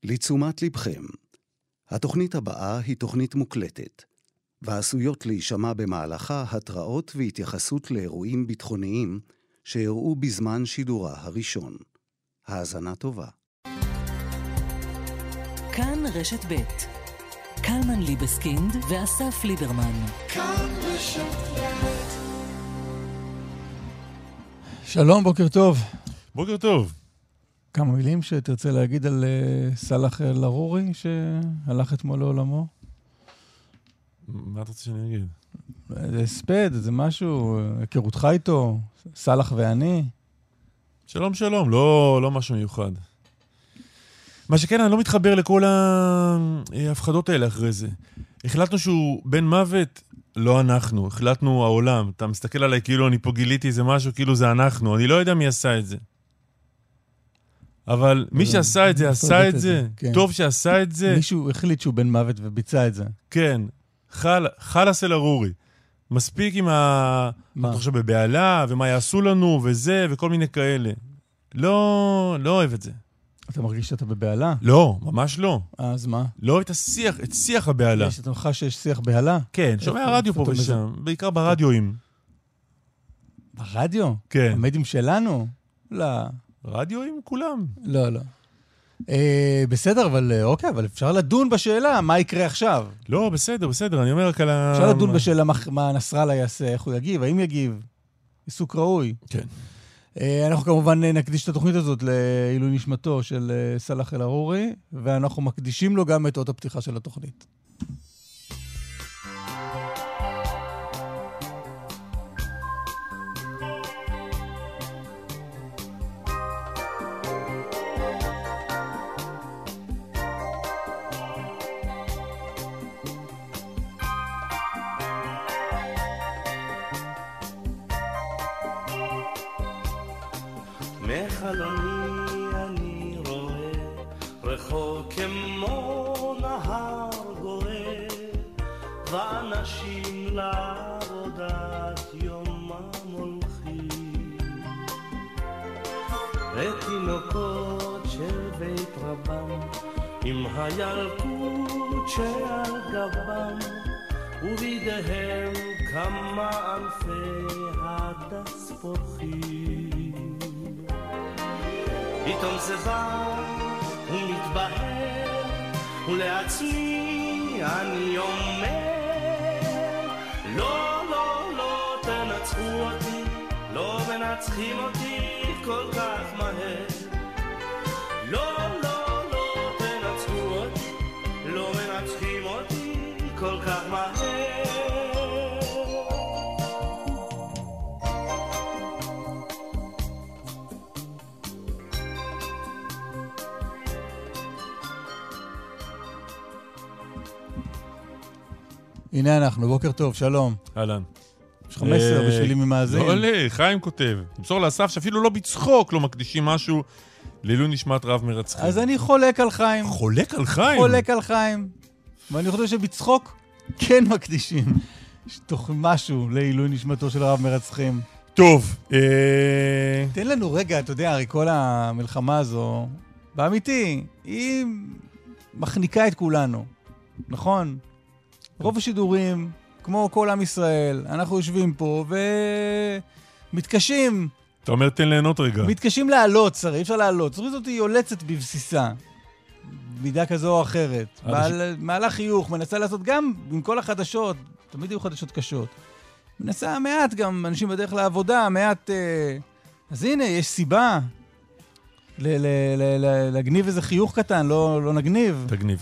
לתשומת לבכם. התוכנית הבאה היא תוכנית מוקלטת, ועשויות להישמע במהלכה התראות והתייחסות לאירועים ביטחוניים שאירעו בזמן שידורה הראשון. האזנה טובה. כאן רשת ב' קלמן ליבסקינד ואסף ליברמן. כאן רשת ב'. שלום, בוקר טוב. בוקר טוב. כמה מילים שתרצה להגיד על סלאח אל-ערורי שהלך אתמול לעולמו? מה אתה רוצה שאני אגיד? זה הספד, זה משהו, היכרותך איתו, סלאח ואני. שלום, שלום, לא משהו מיוחד. מה שכן, אני לא מתחבר לכל ההפחדות האלה אחרי זה. החלטנו שהוא בן מוות, לא אנחנו, החלטנו העולם. אתה מסתכל עליי כאילו אני פה גיליתי איזה משהו, כאילו זה אנחנו. אני לא יודע מי עשה את זה. אבל מי שעשה את זה, עשה את זה. טוב שעשה את זה. מישהו החליט שהוא בן מוות וביצע את זה. כן. חלאס אל-ערורי. מספיק עם אתה חושב בבעלה, ומה יעשו לנו, וזה, וכל מיני כאלה. לא אוהב את זה. אתה מרגיש שאתה בבעלה? לא, ממש לא. אז מה? לא אוהב את שיח הבעלה. יש, אתה חש שיש שיח בעלה? כן, שומע רדיו פה ושם, בעיקר ברדיואים. ברדיו? כן. המדיום שלנו? לא. רדיואים כולם. לא. בסדר, אבל אפשר לדון בשאלה, מה יקרה עכשיו? לא, בסדר, אני אומר רק על אפשר לדון בשאלה מה נסראללה יעשה, איך הוא יגיב, האם יגיב, עיסוק ראוי. כן. אנחנו כמובן נקדיש את התוכנית הזאת לעילוי נשמתו של סלאח אל-ערורי, ואנחנו מקדישים לו גם את אות הפתיחה של התוכנית. מחלוני אני רואה רחוק כמו נהר גואה ואנשים לעבודת יומם הולכים ותינוקות של בית רבם עם הילקוט שעל גבם ובידיהם כמה אלפי הדס פורחים פתאום זה בא ומתבהר ולעצמי אני אומר לא תנצחו אותי לא מנצחים אותי כל כך מהר לא תנצחו אותי לא מנצחים אותי כל כך מהר הנה אנחנו, בוקר טוב, שלום. אהלן. יש 15 בשבילי ממאזין. לא עולה, חיים כותב. תמסור לאסף שאפילו לא בצחוק לא מקדישים משהו לעילוי נשמת רב מרצחים. אז אני חולק על חיים. חולק על חיים? חולק על חיים. ואני חושב שבצחוק כן מקדישים. תוך משהו לעילוי נשמתו של רב מרצחים. טוב. תן לנו רגע, אתה יודע, הרי כל המלחמה הזו, באמיתי, היא מחניקה את כולנו. נכון? רוב השידורים, כמו כל עם ישראל, אנחנו יושבים פה ומתקשים. אתה אומר תן ליהנות רגע. מתקשים לעלות, שרי, אי אפשר לעלות. זאת אומרת, היא יולצת בבסיסה, מידה כזו או אחרת. מעלה חיוך, מנסה לעשות גם עם כל החדשות, תמיד היו חדשות קשות. מנסה מעט גם, אנשים בדרך לעבודה, מעט... אז הנה, יש סיבה להגניב איזה חיוך קטן, לא נגניב. תגניב.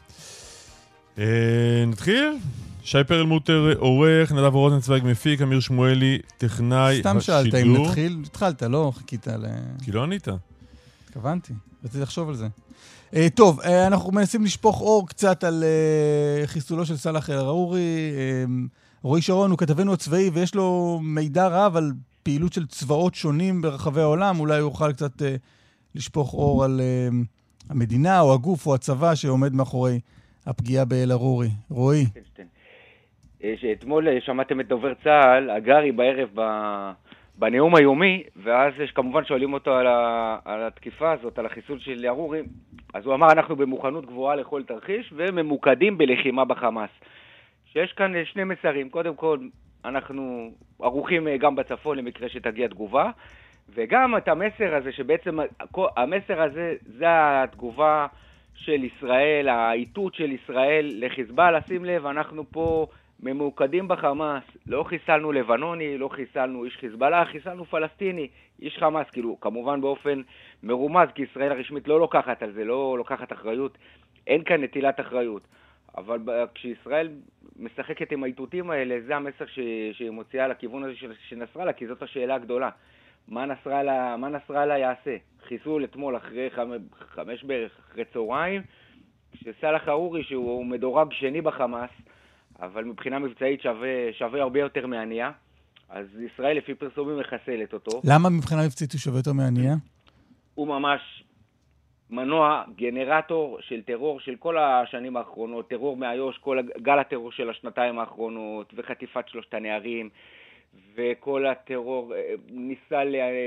נתחיל? שי פרלמוטר עורך, נדב רוזנצוויג מפיק, אמיר שמואלי טכנאי השידור. סתם שאלת אם נתחיל, התחלת, לא חיכית כי לא ענית. התכוונתי, רציתי לחשוב על זה. טוב, אנחנו מנסים לשפוך אור קצת על חיסולו של סלאח אל-ערורי. רועי שרון הוא כתבנו הצבאי ויש לו מידע רב על פעילות של צבאות שונים ברחבי העולם. אולי הוא יוכל קצת לשפוך אור על המדינה או הגוף או הצבא שעומד מאחורי הפגיעה באל-ערורי. רועי. שאתמול שמעתם את דובר צה"ל, הגרי בערב בנאום היומי, ואז כמובן שואלים אותו על התקיפה הזאת, על החיסול של ארורי, אז הוא אמר, אנחנו במוכנות גבוהה לכל תרחיש, וממוקדים בלחימה בחמאס. שיש כאן שני מסרים, קודם כל, אנחנו ערוכים גם בצפון למקרה שתגיע תגובה, וגם את המסר הזה, שבעצם המסר הזה זה התגובה של ישראל, האיתות של ישראל לחיזבאללה, שים לב, אנחנו פה ממוקדים בחמאס, לא חיסלנו לבנוני, לא חיסלנו איש חיזבאללה, חיסלנו פלסטיני, איש חמאס, כאילו, כמובן באופן מרומז, כי ישראל הרשמית לא לוקחת על זה, לא לוקחת אחריות, אין כאן נטילת אחריות. אבל כשישראל משחקת עם האיתותים האלה, זה המסר שהיא מוציאה לכיוון הזה של נסראללה, כי זאת השאלה הגדולה. מה נסראללה יעשה? חיסול אתמול אחרי 5 בערך, אחרי צהריים, שסלאח ארורי, שהוא מדורג שני בחמאס, אבל מבחינה מבצעית שווה הרבה יותר מהנייה, אז ישראל לפי פרסומים מחסלת אותו. למה מבחינה מבצעית הוא שווה יותר מהנייה? הוא ממש מנוע, גנרטור של טרור של כל השנים האחרונות, טרור מאיו"ש, כל גל הטרור של השנתיים האחרונות, וחטיפת 3 הנערים, וכל הטרור ניסה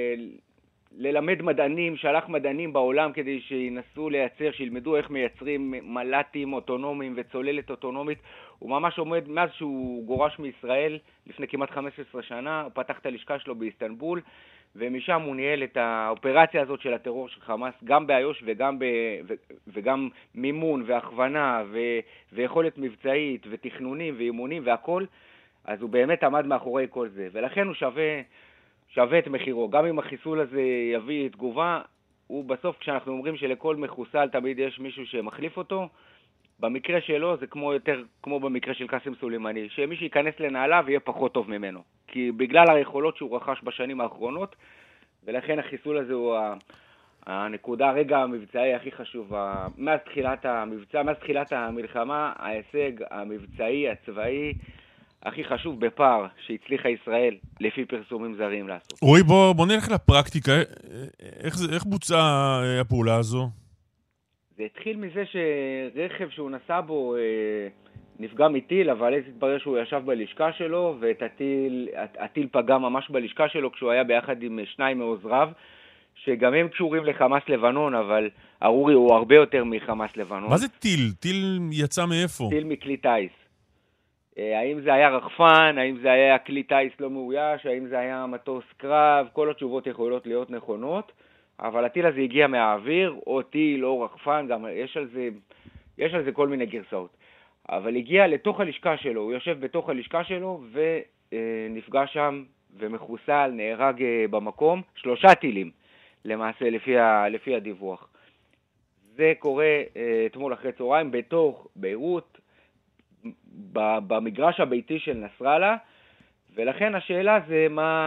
ללמד מדענים, שלח מדענים בעולם כדי שינסו לייצר, שילמדו איך מייצרים מל"טים אוטונומיים וצוללת אוטונומית. הוא ממש עומד, מאז שהוא גורש מישראל, לפני כמעט 15 שנה, הוא פתח את הלשכה שלו באיסטנבול, ומשם הוא ניהל את האופרציה הזאת של הטרור של חמאס, גם באיו"ש וגם מימון והכוונה ויכולת מבצעית ותכנונים ואימונים והכל, אז הוא באמת עמד מאחורי כל זה, ולכן הוא שווה את מחירו. גם אם החיסול הזה יביא תגובה, הוא בסוף, כשאנחנו אומרים שלכל מחוסל תמיד יש מישהו שמחליף אותו, במקרה שלו זה כמו במקרה של קאסם סולימני, שמי שייכנס לנעליו יהיה פחות טוב ממנו. כי בגלל היכולות שהוא רכש בשנים האחרונות, ולכן החיסול הזה הוא הנקודה, הרגע המבצעי הכי חשוב. מאז תחילת המבצע, מאז תחילת המלחמה, ההישג המבצעי, הצבאי, הכי חשוב בפער שהצליחה ישראל לפי פרסומים זרים לעשות. רועי, בוא נלך לפרקטיקה. איך בוצעה הפעולה הזו? זה התחיל מזה שרכב שהוא נסע בו נפגע מטיל, אבל אז התברר שהוא ישב בלשכה שלו, והטיל פגע ממש בלשכה שלו כשהוא היה ביחד עם 2 מעוזריו, שגם הם קשורים לחמאס לבנון, אבל ארורי הוא הרבה יותר מחמאס לבנון. מה זה טיל? טיל יצא מאיפה? טיל מכלי טייס. האם זה היה רחפן, האם זה היה כלי טייס לא מאויש, האם זה היה מטוס קרב, כל התשובות יכולות להיות נכונות, אבל הטיל הזה הגיע מהאוויר, או טיל או רחפן, גם יש על זה כל מיני גרסאות. אבל הגיע לתוך הלשכה שלו, הוא יושב בתוך הלשכה שלו ונפגע שם ומחוסל, נהרג במקום, 3 טילים למעשה לפי הדיווח. זה קורה אתמול אחרי צהריים בתוך ביירות, במגרש הביתי של נסראללה, ולכן השאלה זה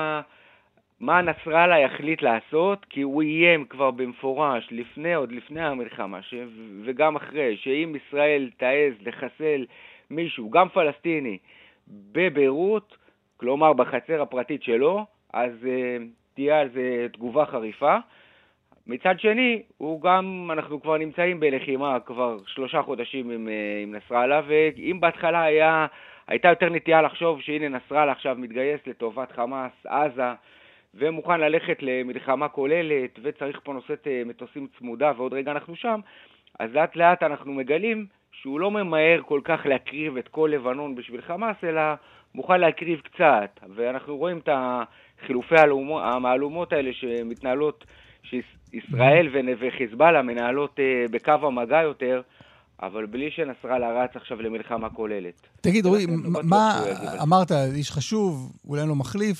מה נסראללה יחליט לעשות, כי הוא איים כבר במפורש עוד לפני המלחמה, וגם אחרי, שאם ישראל תעז לחסל מישהו, גם פלסטיני, בביירות, כלומר בחצר הפרטית שלו, אז תהיה על זה תגובה חריפה. מצד שני, אנחנו כבר נמצאים בלחימה כבר 3 חודשים עם נסראללה, ואם בהתחלה הייתה יותר נטייה לחשוב שהנה נסראללה עכשיו מתגייס לטובת חמאס, עזה, ומוכן ללכת למלחמה כוללת, וצריך פה נושאת מטוסים צמודה, ועוד רגע אנחנו שם, אז לאט לאט אנחנו מגלים שהוא לא ממהר כל כך להקריב את כל לבנון בשביל חמאס, אלא מוכן להקריב קצת, ואנחנו רואים את חילופי המעלומות האלה שמתנהלות, שישראל וחיזבאללה מנהלות בקו המגע יותר, אבל בלי שנסראללה רץ עכשיו למלחמה כוללת. תגיד, רועי, מה אמרת, איש חשוב, אולי לא מחליף,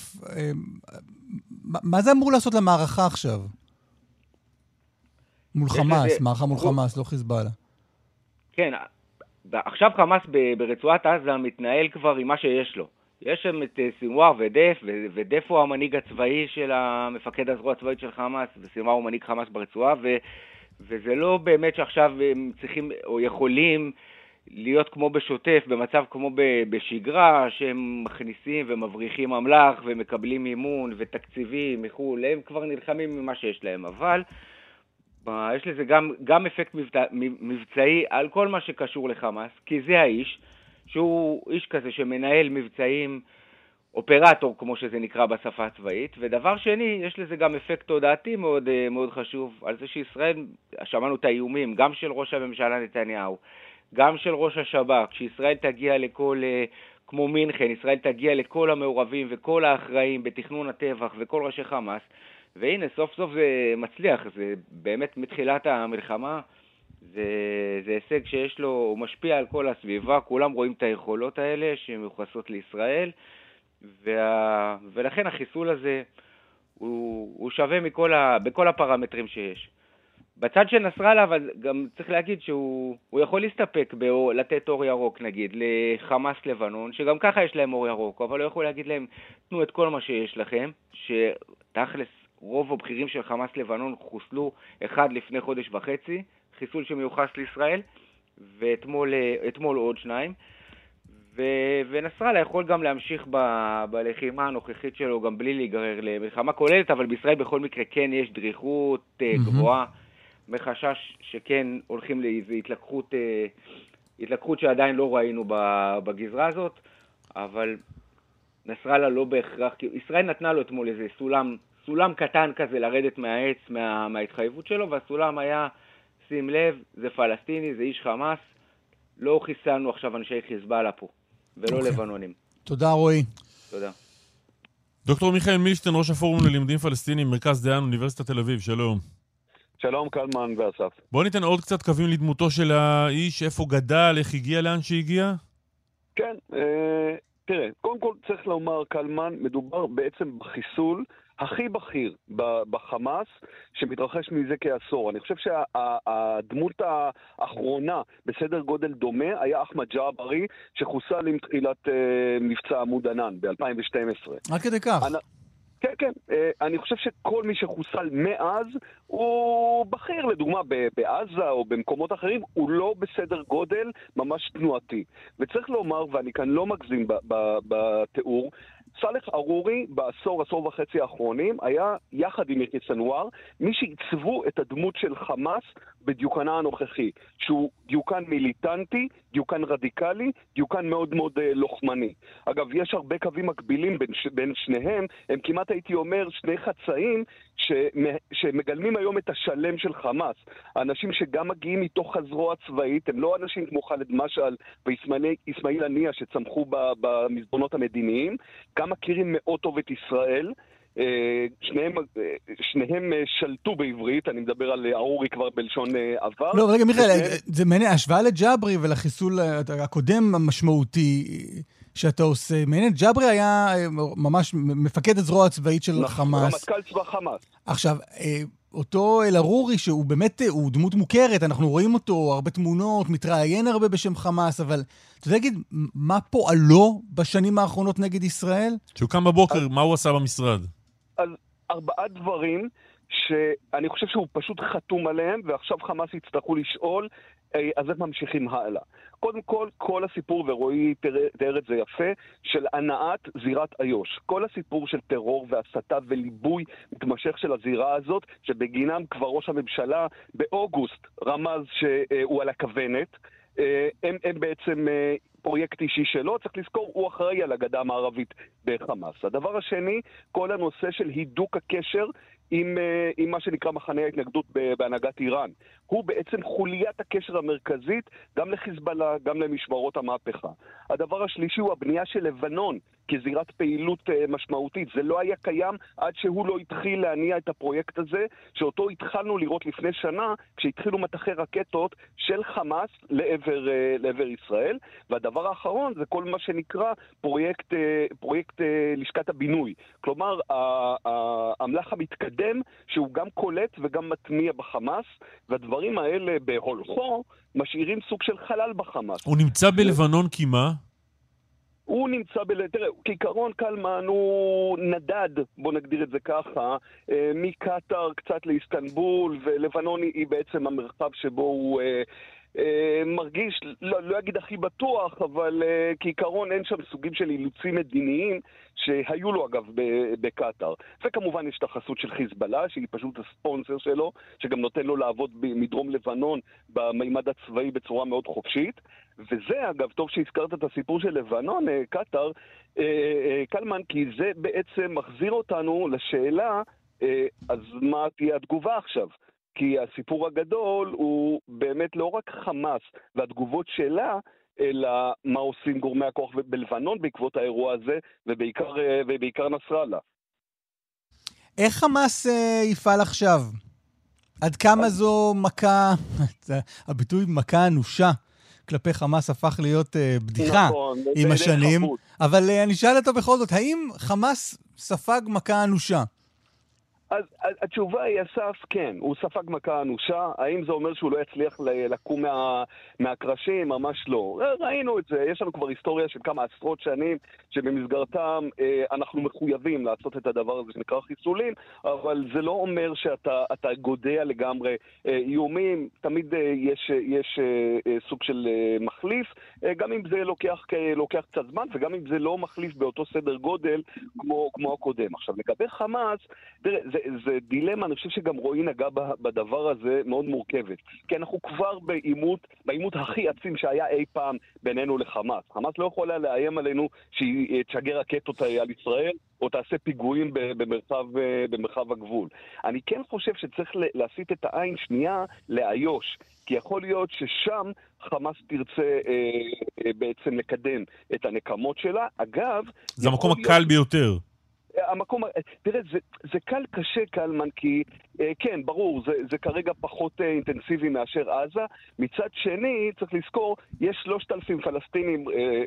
מה זה אמור לעשות למערכה עכשיו? מול חמאס, מערכה מול חמאס, לא חיזבאללה. כן, עכשיו חמאס ברצועת עזה מתנהל כבר עם מה שיש לו. יש שם את סינואר ודף הוא המנהיג הצבאי של המפקד הזרוע הצבאית של חמאס, וסינואר הוא מנהיג חמאס ברצועה, וזה לא באמת שעכשיו הם צריכים או יכולים להיות כמו בשוטף, במצב כמו בשגרה, שהם מכניסים ומבריחים אמל"ח ומקבלים מימון ותקציבים מחו"ל, הם כבר נלחמים ממה שיש להם, אבל יש לזה גם אפקט מבצעי על כל מה שקשור לחמאס, כי זה האיש, שהוא איש כזה שמנהל מבצעים אופרטור, כמו שזה נקרא בשפה הצבאית, ודבר שני, יש לזה גם אפקט תודעתי מאוד, מאוד חשוב, על זה שישראל, שמענו את האיומים, גם של ראש הממשלה נתניהו, גם של ראש השב"כ, שישראל תגיע לכל, כמו מינכן, ישראל תגיע לכל המעורבים וכל האחראים בתכנון הטבח וכל ראשי חמאס, והנה, סוף סוף זה מצליח, זה באמת מתחילת המלחמה, זה הישג שיש לו, הוא משפיע על כל הסביבה, כולם רואים את היכולות האלה שמיוחסות לישראל, ולכן החיסול הזה הוא שווה בכל הפרמטרים שיש. בצד של נסראללה, אבל גם צריך להגיד שהוא יכול להסתפק לתת אור ירוק, נגיד, לחמאס לבנון, שגם ככה יש להם אור ירוק, אבל הוא יכול להגיד להם, תנו את כל מה שיש לכם, שתכלס רוב הבכירים של חמאס לבנון חוסלו אחד לפני חודש וחצי, חיסול שמיוחס לישראל, ואתמול עוד 2, ונסראללה יכול גם להמשיך בלחימה הנוכחית שלו, גם בלי להיגרר למלחמה כוללת, אבל בישראל בכל מקרה כן יש דריכות גבוהה, מחשש שכן הולכים לאיזו התלקחות שעדיין לא ראינו בגזרה הזאת, אבל נסראללה לא בהכרח, ישראל נתנה לו אתמול איזה סולם קטן כזה לרדת מהעץ, מההתחייבות שלו, והסולם היה, שים לב, זה פלסטיני, זה איש חמאס, לא חיסלנו עכשיו אנשי חיזבאללה פה, ולא לבנונים. תודה רועי. תודה. דוקטור מיכאל מילשטיין, ראש הפורום ללימודים פלסטינים, מרכז דיין, אוניברסיטת תל אביב, שלום. שלום קלמן ואסף. בוא ניתן עוד קצת קווים לדמותו של האיש, איפה גדל, איך הגיע, לאן שהגיע? כן, תראה, קודם כל צריך לומר קלמן, מדובר בעצם בחיסול הכי בכיר בחמאס שמתרחש מזה כעשור. אני חושב שהדמות האחרונה בסדר גודל דומה היה אחמד ג'עברי, שחוסל עם תחילת מבצע עמוד ענן ב-2012. עד כדי כך. כן, כן. אני חושב שכל מי שחוסל מאז הוא בכיר, לדוגמה בעזה או במקומות אחרים, הוא לא בסדר גודל ממש תנועתי. וצריך לומר, ואני כאן לא מגזים בתיאור, סאלח ארורי בעשור וחצי האחרונים היה יחד עם יחיא סנוואר מי שעיצבו את הדמות של חמאס בדיוקנה הנוכחי, שהוא דיוקן מיליטנטי, דיוקן רדיקלי, דיוקן מאוד מאוד לוחמני. אגב, יש הרבה קווים מקבילים בין שניהם, הם כמעט הייתי אומר שני חצאים שמגלמים היום את השלם של חמאס. האנשים שגם מגיעים מתוך הזרוע הצבאית, הם לא אנשים כמו חאלד משעל ואיסמאעיל הנייה שצמחו במזבונות המדיניים, גם מכירים מאוד טוב את ישראל, שניהם שלטו בעברית, אני מדבר על ארורי כבר בלשון עבר. לא, רגע מיכאל, זה מעניין, השוואה לג'אברי ולחיסול הקודם המשמעותי שאתה עושה, מעניין, ג'אברי היה ממש מפקד הזרוע הצבאית של חמאס. רמטכ"ל צבא חמאס. עכשיו, אותו אל-ארורי, שהוא באמת, הוא דמות מוכרת, אנחנו רואים אותו, הרבה תמונות, מתראיין הרבה בשם חמאס, אבל אתה יודע להגיד, מה פועלו בשנים האחרונות נגד ישראל? שהוא קם בבוקר, מה הוא עשה במשרד? אז 4 דברים שאני חושב שהוא פשוט חתום עליהם, ועכשיו חמאס יצטרכו לשאול, אז איך ממשיכים הלאה. קודם כל, כל הסיפור, ורועי תיאר את זה יפה, של הנעת זירת איו"ש. כל הסיפור של טרור והסתה וליבוי מתמשך של הזירה הזאת, שבגינם כבר ראש הממשלה באוגוסט רמז שהוא על הכוונת, הם בעצם פרויקט אישי שלו, צריך לזכור, הוא אחראי על הגדה המערבית בחמאס. הדבר השני, כל הנושא של הידוק הקשר עם מה שנקרא מחנה ההתנגדות בהנהגת איראן. הוא בעצם חוליית הקשר המרכזית גם לחיזבאללה, גם למשמרות המהפכה. הדבר השלישי הוא הבנייה של לבנון כזירת פעילות משמעותית. זה לא היה קיים עד שהוא לא התחיל להניע את הפרויקט הזה, שאותו התחלנו לראות לפני שנה, כשהתחילו מטחי רקטות של חמאס לעבר ישראל. והדבר האחרון זה כל מה שנקרא פרויקט לשכת הבינוי. כלומר, המלאך המתקדם שהוא גם קולט וגם מטמיע בחמאס, והדברים האלה בהולכו משאירים סוג של חלל בחמאס. הוא נמצא בלבנון כמה? הוא נמצא תראה, כעיקרון קלמן הוא נדד, בוא נגדיר את זה ככה, מקטר קצת לאיסטנבול, ולבנון היא בעצם המרחב שבו הוא מרגיש, לא אגיד הכי בטוח, אבל כעיקרון אין שם סוגים של אילוצים מדיניים שהיו לו אגב בקטר. וכמובן יש את החסות של חיזבאללה, שהיא פשוט הספונסר שלו, שגם נותן לו לעבוד מדרום לבנון במימד הצבאי בצורה מאוד חופשית. וזה אגב, טוב שהזכרת את הסיפור של לבנון, קטר, קלמן, כי זה בעצם מחזיר אותנו לשאלה, אז מה תהיה התגובה עכשיו? כי הסיפור הגדול הוא באמת לא רק חמאס והתגובות שלה, אלא מה עושים גורמי הכוח בלבנון בעקבות האירוע הזה, ובעיקר נסראללה. איך חמאס יפעל עכשיו? עד כמה זו מכה, הביטוי מכה אנושה כלפי חמאס הפך להיות בדיחה נכון, עם השנים, אבל אני שאל אותו בכל זאת, האם חמאס ספג מכה אנושה? אז התשובה היא אסף, כן, הוא ספג מכה אנושה. האם זה אומר שהוא לא יצליח לקום מהקרשים? ממש לא. ראינו את זה, יש לנו כבר היסטוריה של כמה עשרות שנים שבמסגרתם אנחנו מחויבים לעשות את הדבר הזה שנקרא חיסולים, אבל זה לא אומר שאתה גודע לגמרי איומים. תמיד יש סוג של מחליף, גם אם זה לוקח קצת זמן, וגם אם זה לא מחליף באותו סדר גודל כמו הקודם. עכשיו, לגבי חמאס, תראה, זה דילמה, אני חושב שגם רועי נגע בדבר הזה, מאוד מורכבת. כי אנחנו כבר בעימות הכי עצים שהיה אי פעם בינינו לחמאס. חמאס לא יכולה לאיים עלינו שהיא תשגר רקטות על ישראל, או תעשה פיגועים במרחב הגבול. אני כן חושב שצריך להסיט את העין שנייה לאיו"ש, כי יכול להיות ששם חמאס תרצה בעצם לקדם את הנקמות שלה. אגב, זה המקום הקל ביותר. תראה, זה קשה קלמן, כי כן, ברור, זה כרגע פחות אינטנסיבי מאשר עזה. מצד שני, צריך לזכור, יש 3,000 פלסטינים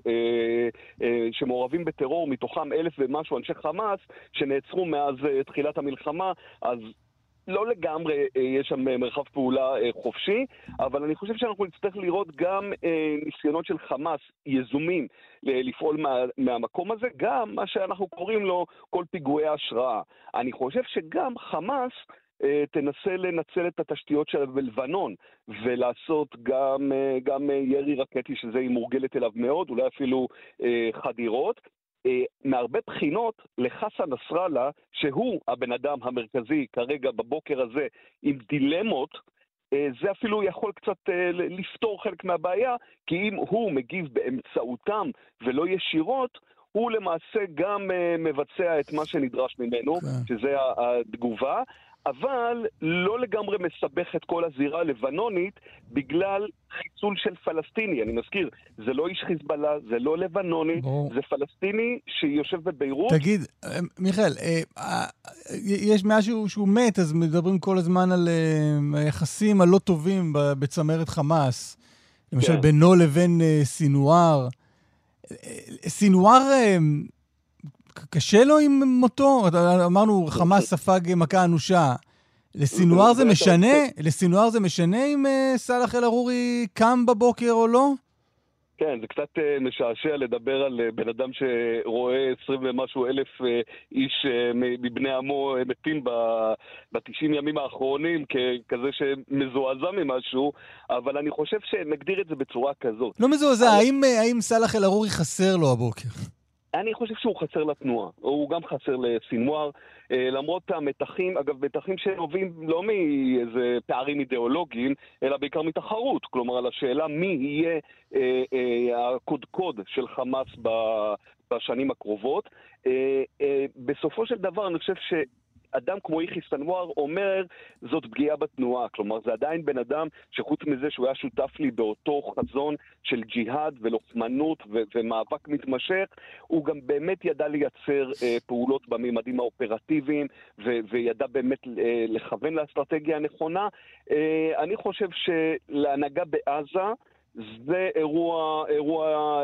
שמעורבים בטרור, מתוכם 1,000 ומשהו אנשי חמאס, שנעצרו מאז תחילת המלחמה, אז לא לגמרי יש שם מרחב פעולה חופשי, אבל אני חושב שאנחנו נצטרך לראות גם ניסיונות של חמאס יזומים לפעול מהמקום הזה, גם מה שאנחנו קוראים לו כל פיגועי השראה. אני חושב שגם חמאס תנסה לנצל את התשתיות שלה בלבנון, ולעשות גם ירי רקטי, שזה היא מורגלת אליו מאוד, אולי אפילו חדירות. מהרבה בחינות לחסן נסראללה, שהוא הבן אדם המרכזי כרגע בבוקר הזה עם דילמות, זה אפילו יכול קצת לפתור חלק מהבעיה, כי אם הוא מגיב באמצעותם ולא ישירות, הוא למעשה גם מבצע את מה שנדרש ממנו, שזה התגובה, אבל לא לגמרי מסבך את כל הזירה הלבנונית בגלל חיסול של פלסטיני. אני מזכיר, זה לא איש חיזבאללה, זה לא לבנוני, זה פלסטיני שיושב בביירות. תגיד, מיכאל, יש משהו שהוא מת, אז מדברים כל הזמן על היחסים הלא טובים בצמרת חמאס, למשל בינו לבין סינואר. סינואר קשה לו עם מותו? אמרנו, חמאס ספג מכה אנושה. לסינואר זה משנה? לסינואר זה משנה אם סלאח אל-ערורי קם בבוקר או לא? כן, זה קצת משעשע לדבר על בן אדם שרואה 20 ומשהו אלף איש מבני עמו מתים ב-90 ימים האחרונים ככזה שמזועזע ממשהו, אבל אני חושב שנגדיר את זה בצורה כזאת. לא מזועזע, האם סלאח אל-ערורי חסר לו הבוקר? אני חושב שהוא חסר לתנועה, הוא גם חסר לסינואר, למרות המתחים, אגב, מתחים שנובעים לא מאיזה פערים אידיאולוגיים, אלא בעיקר מתחרות, כלומר על השאלה מי יהיה הקודקוד של חמאס בשנים הקרובות. בסופו של דבר אני חושב אדם כמו יחיא סנוואר אומר, זאת פגיעה בתנועה. כלומר, זה עדיין בן אדם שחוץ מזה שהוא היה שותף לי באותו חזון של ג'יהאד ולוחמנות ומאבק מתמשך, הוא גם באמת ידע לייצר פעולות בממדים האופרטיביים, וידע באמת לכוון לאסטרטגיה הנכונה. אני חושב שלהנהגה בעזה, זה אירוע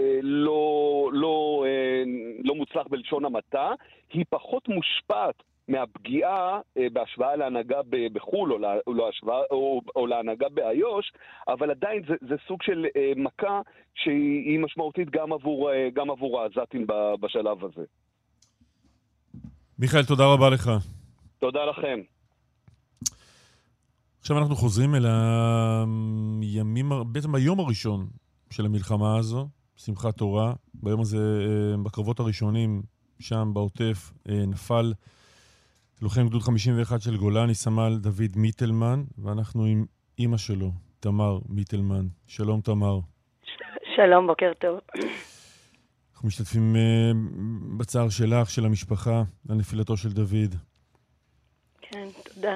לא מוצלח בלשון המעטה. היא פחות מושפעת מהפגיעה בהשוואה להנהגה בחול או להנהגה באיו"ש, אבל עדיין זה סוג של מכה שהיא משמעותית גם עבור העזתים בשלב הזה. מיכאל, תודה רבה לך. תודה לכם. 2 עכשיו אנחנו חוזרים אל הימים, בעצם ביום הראשון של המלחמה הזו, שמחת תורה. ביום הזה, בקרבות הראשונים, שם בעוטף, נפל לוחם גדוד 51 של גולני, סמל דוד מיטלמן, ואנחנו עם אמא שלו, תמר מיטלמן. שלום תמר. שלום, בוקר טוב. אנחנו משתתפים בצער שלך, של המשפחה, על נפילתו של דוד. כן, תודה.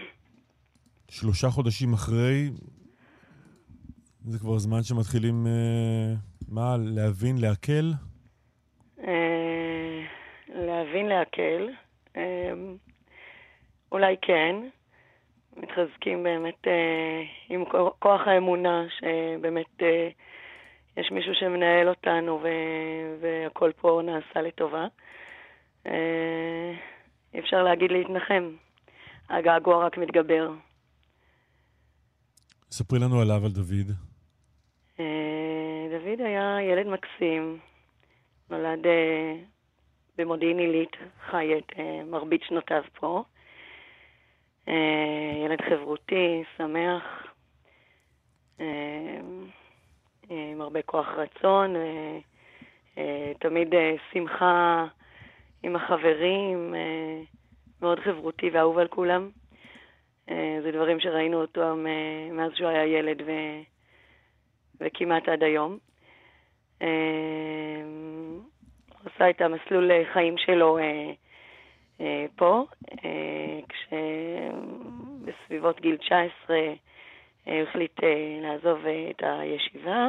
3 חודשים אחרי, זה כבר זמן שמתחילים, להבין, להקל? להבין, להקל. אולי כן. מתחזקים באמת עם כוח האמונה, שבאמת יש מישהו שמנהל אותנו והכל פה נעשה לטובה. אפשר להגיד להתנחם. הגעגוע רק מתגבר. ספרי לנו עליו, על דוד. דוד היה ילד מקסים. נולד במודיעין עילית, חי את מרבית שנותיו פה. ילד חברותי, שמח, עם הרבה כוח רצון, תמיד שמחה עם החברים, מאוד חברותי ואהוב על כולם. זה דברים שראינו אותו מאז שהוא היה ילד וכמעט עד היום. הוא עשה את המסלול חיים שלו פה, כשבסביבות גיל 19 הוא החליט לעזוב את הישיבה,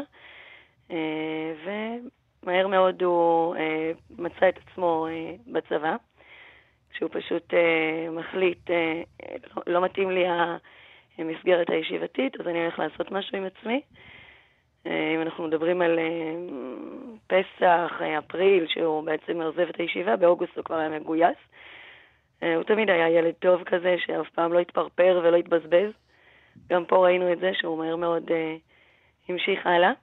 ומהר מאוד הוא מצא את עצמו בצבא, כשהוא פשוט מחליט, לא מתאים לי המסגרת הישיבתית, אז אני הולך לעשות משהו עם עצמי. אם אנחנו מדברים על פסח, אפריל, שהוא בעצם עוזב את הישיבה, באוגוסט הוא כבר היה מגויס. הוא תמיד היה ילד טוב כזה, שאף פעם לא התפרפר ולא התבזבז. גם פה ראינו את זה, שהוא מהר מאוד המשיך הלאה.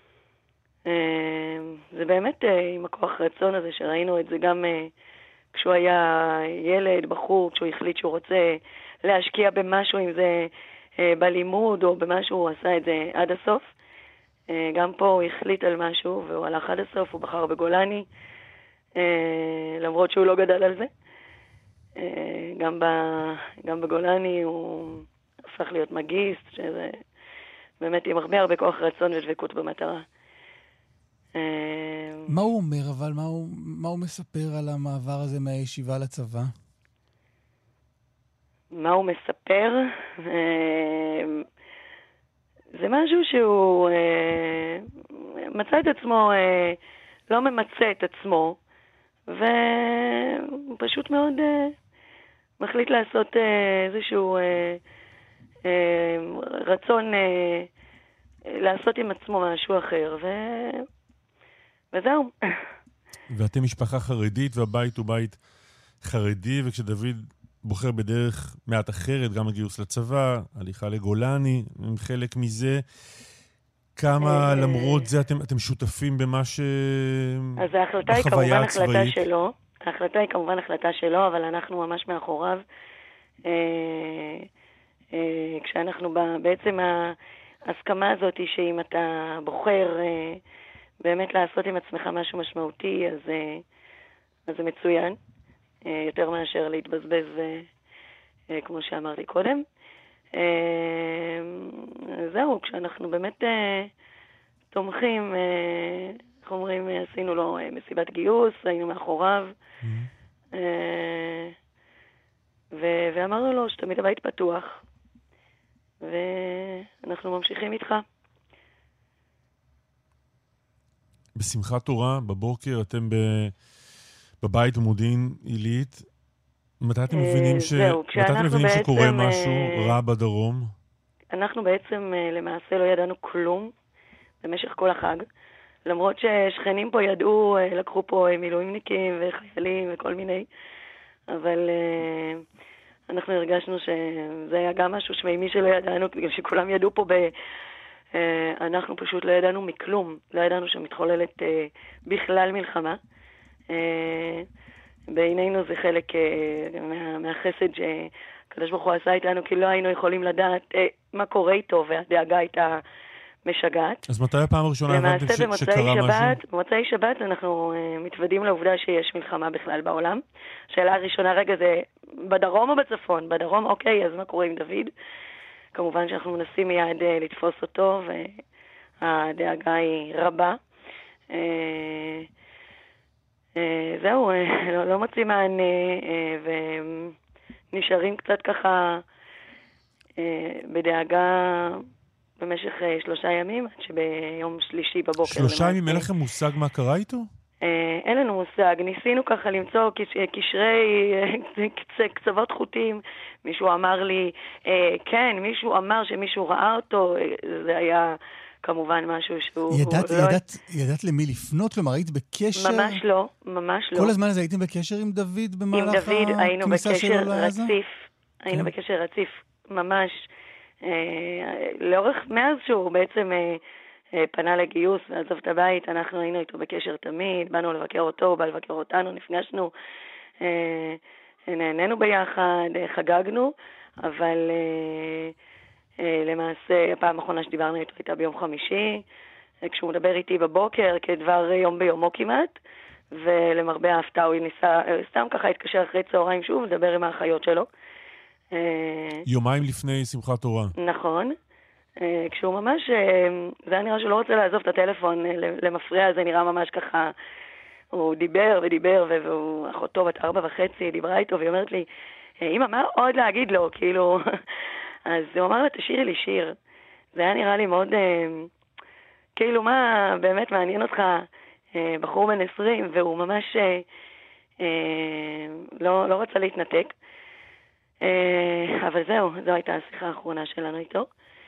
זה באמת עם הכוח רצון הזה, שראינו את זה גם כשהוא היה ילד, בחור, כשהוא החליט שהוא רוצה להשקיע במשהו, אם זה בלימוד או במשהו, הוא עשה את זה עד הסוף. גם פה הוא החליט על משהו, והוא הלך עד הסוף, הוא בחר בגולני, למרות שהוא לא גדל על זה. גם בגולני הוא הפך להיות מגיסט, שזה באמת עם הרבה כוח רצון ודבקות במטרה. מה הוא אומר, אבל מה הוא מספר על המעבר הזה מהישיבה לצבא? מה הוא מספר? זה משהו שהוא מצא את עצמו, לא ממצא את עצמו, ופשוט מאוד מחליט לעשות איזשהו רצון לעשות עם עצמו משהו אחר, וזהו. ואתם משפחה חרדית, והבית הוא בית חרדי, וכשדוד בוחר בדרך מעט אחרת, גם הגיוס לצבא, הליכה לגולני, עם חלק מזה, כמה למרות זה אתם שותפים במה אז ההחלטה היא כמובן החלטה שלו. ההחלטה היא כמובן החלטה שלו, אבל אנחנו ממש מאחוריו. כשאנחנו בעצם ההסכמה הזאת היא שאם אתה בוחר באמת לעשות עם עצמך משהו משמעותי, אז זה מצוין. יותר מאשר להתבזבז, כמו שאמרתי קודם. זהו, כשאנחנו באמת תומכים, איך אומרים, עשינו לו מסיבת גיוס, היינו מאחוריו, ואמרנו לו שתמיד הבית פתוח, ואנחנו ממשיכים איתך. בשמחת תורה, בבוקר, אתם בבית במודיעין עילית, מתי אתם מבינים שקורה משהו רע בדרום? אנחנו בעצם למעשה לא ידענו כלום במשך כל החג, למרות ששכנים פה ידעו, לקחו פה מילואימניקים וחיילים וכל מיני, אבל אנחנו הרגשנו שזה היה גם משהו שמימי שלא ידענו, בגלל שכולם ידעו פה אנחנו פשוט לא ידענו מכלום, לא ידענו שמתחוללת בכלל מלחמה. בעינינו זה חלק מהחסד הקדוש ברוך הוא עשה איתנו, כי לא היינו יכולים לדעת מה קורה איתו, והדאגה הייתה משגעת. אז מתי הפעם הראשונה הבנתם שקרה משהו? במוצאי שבת אנחנו מתוודים לעובדה שיש מלחמה בכלל בעולם. השאלה הראשונה, רגע, זה בדרום או בצפון? בדרום, אוקיי, אז מה קורה עם דוד? כמובן שאנחנו מנסים מיד לתפוס אותו, והדאגה היא רבה. זהו, לא מוצאים מענה, ונשארים קצת ככה בדאגה במשך 3 ימים, עד שביום שלישי בבוקר. 3 ימים, אין לכם מושג מה קרה איתו? אין לנו מושג, ניסינו ככה למצוא קשרי קצוות חוטים, מישהו אמר לי, כן, מישהו אמר שמישהו ראה אותו, זה היה כמובן משהו שהוא... ידעת למי לפנות? כלומר, היית בקשר? ממש לא, ממש לא. כל הזמן הזה הייתם בקשר עם דוד במהלך הכניסה שלו לעזה? היינו בקשר רציף, ממש. לאורך מאז שהוא בעצם פנה לגיוס ועזב את הבית, אנחנו היינו איתו בקשר תמיד, באנו לבקר אותו, הוא בא לבקר אותנו, נפגשנו, נהנינו ביחד, חגגנו, אבל למעשה הפעם האחרונה שדיברנו איתו הייתה ביום חמישי, כשהוא מדבר איתי בבוקר כדבר יום ביומו כמעט, ולמרבה ההפתעה הוא ניסה, סתם ככה התקשר אחרי צהריים שוב, לדבר עם האחיות שלו. יומיים לפני שמחת תורה. נכון. כשהוא ממש, זה היה נראה שלא רוצה לעזוב את הטלפון למפריע, זה נראה ממש ככה, הוא דיבר ודיבר, ואחותו בת 4.5 דיברה איתו, והיא אומרת לי, אמא, מה עוד להגיד לו? כאילו, אז הוא אמר לה, תשאירי לי שיר. זה היה נראה לי מאוד, כאילו, מה באמת מעניין אותך, בחור בן 20, והוא ממש לא רצה להתנתק. אבל זו הייתה השיחה האחרונה שלנו איתו.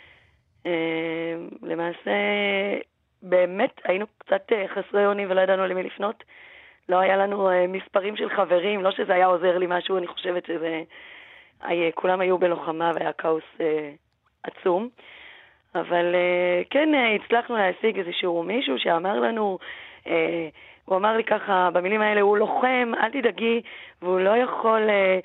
למעשה, באמת היינו קצת חסרי אונים ולא ידענו למי לפנות. לא היה לנו מספרים של חברים, לא שזה היה עוזר לי משהו, אני חושבת שזה... כולם היו בלוחמה והיה כאוס עצום. אבל כן, הצלחנו להשיג איזשהו מישהו שאמר לנו... הוא אמר לי ככה, במילים האלה, הוא לוחם, אל תדאגי, והוא לא יכול...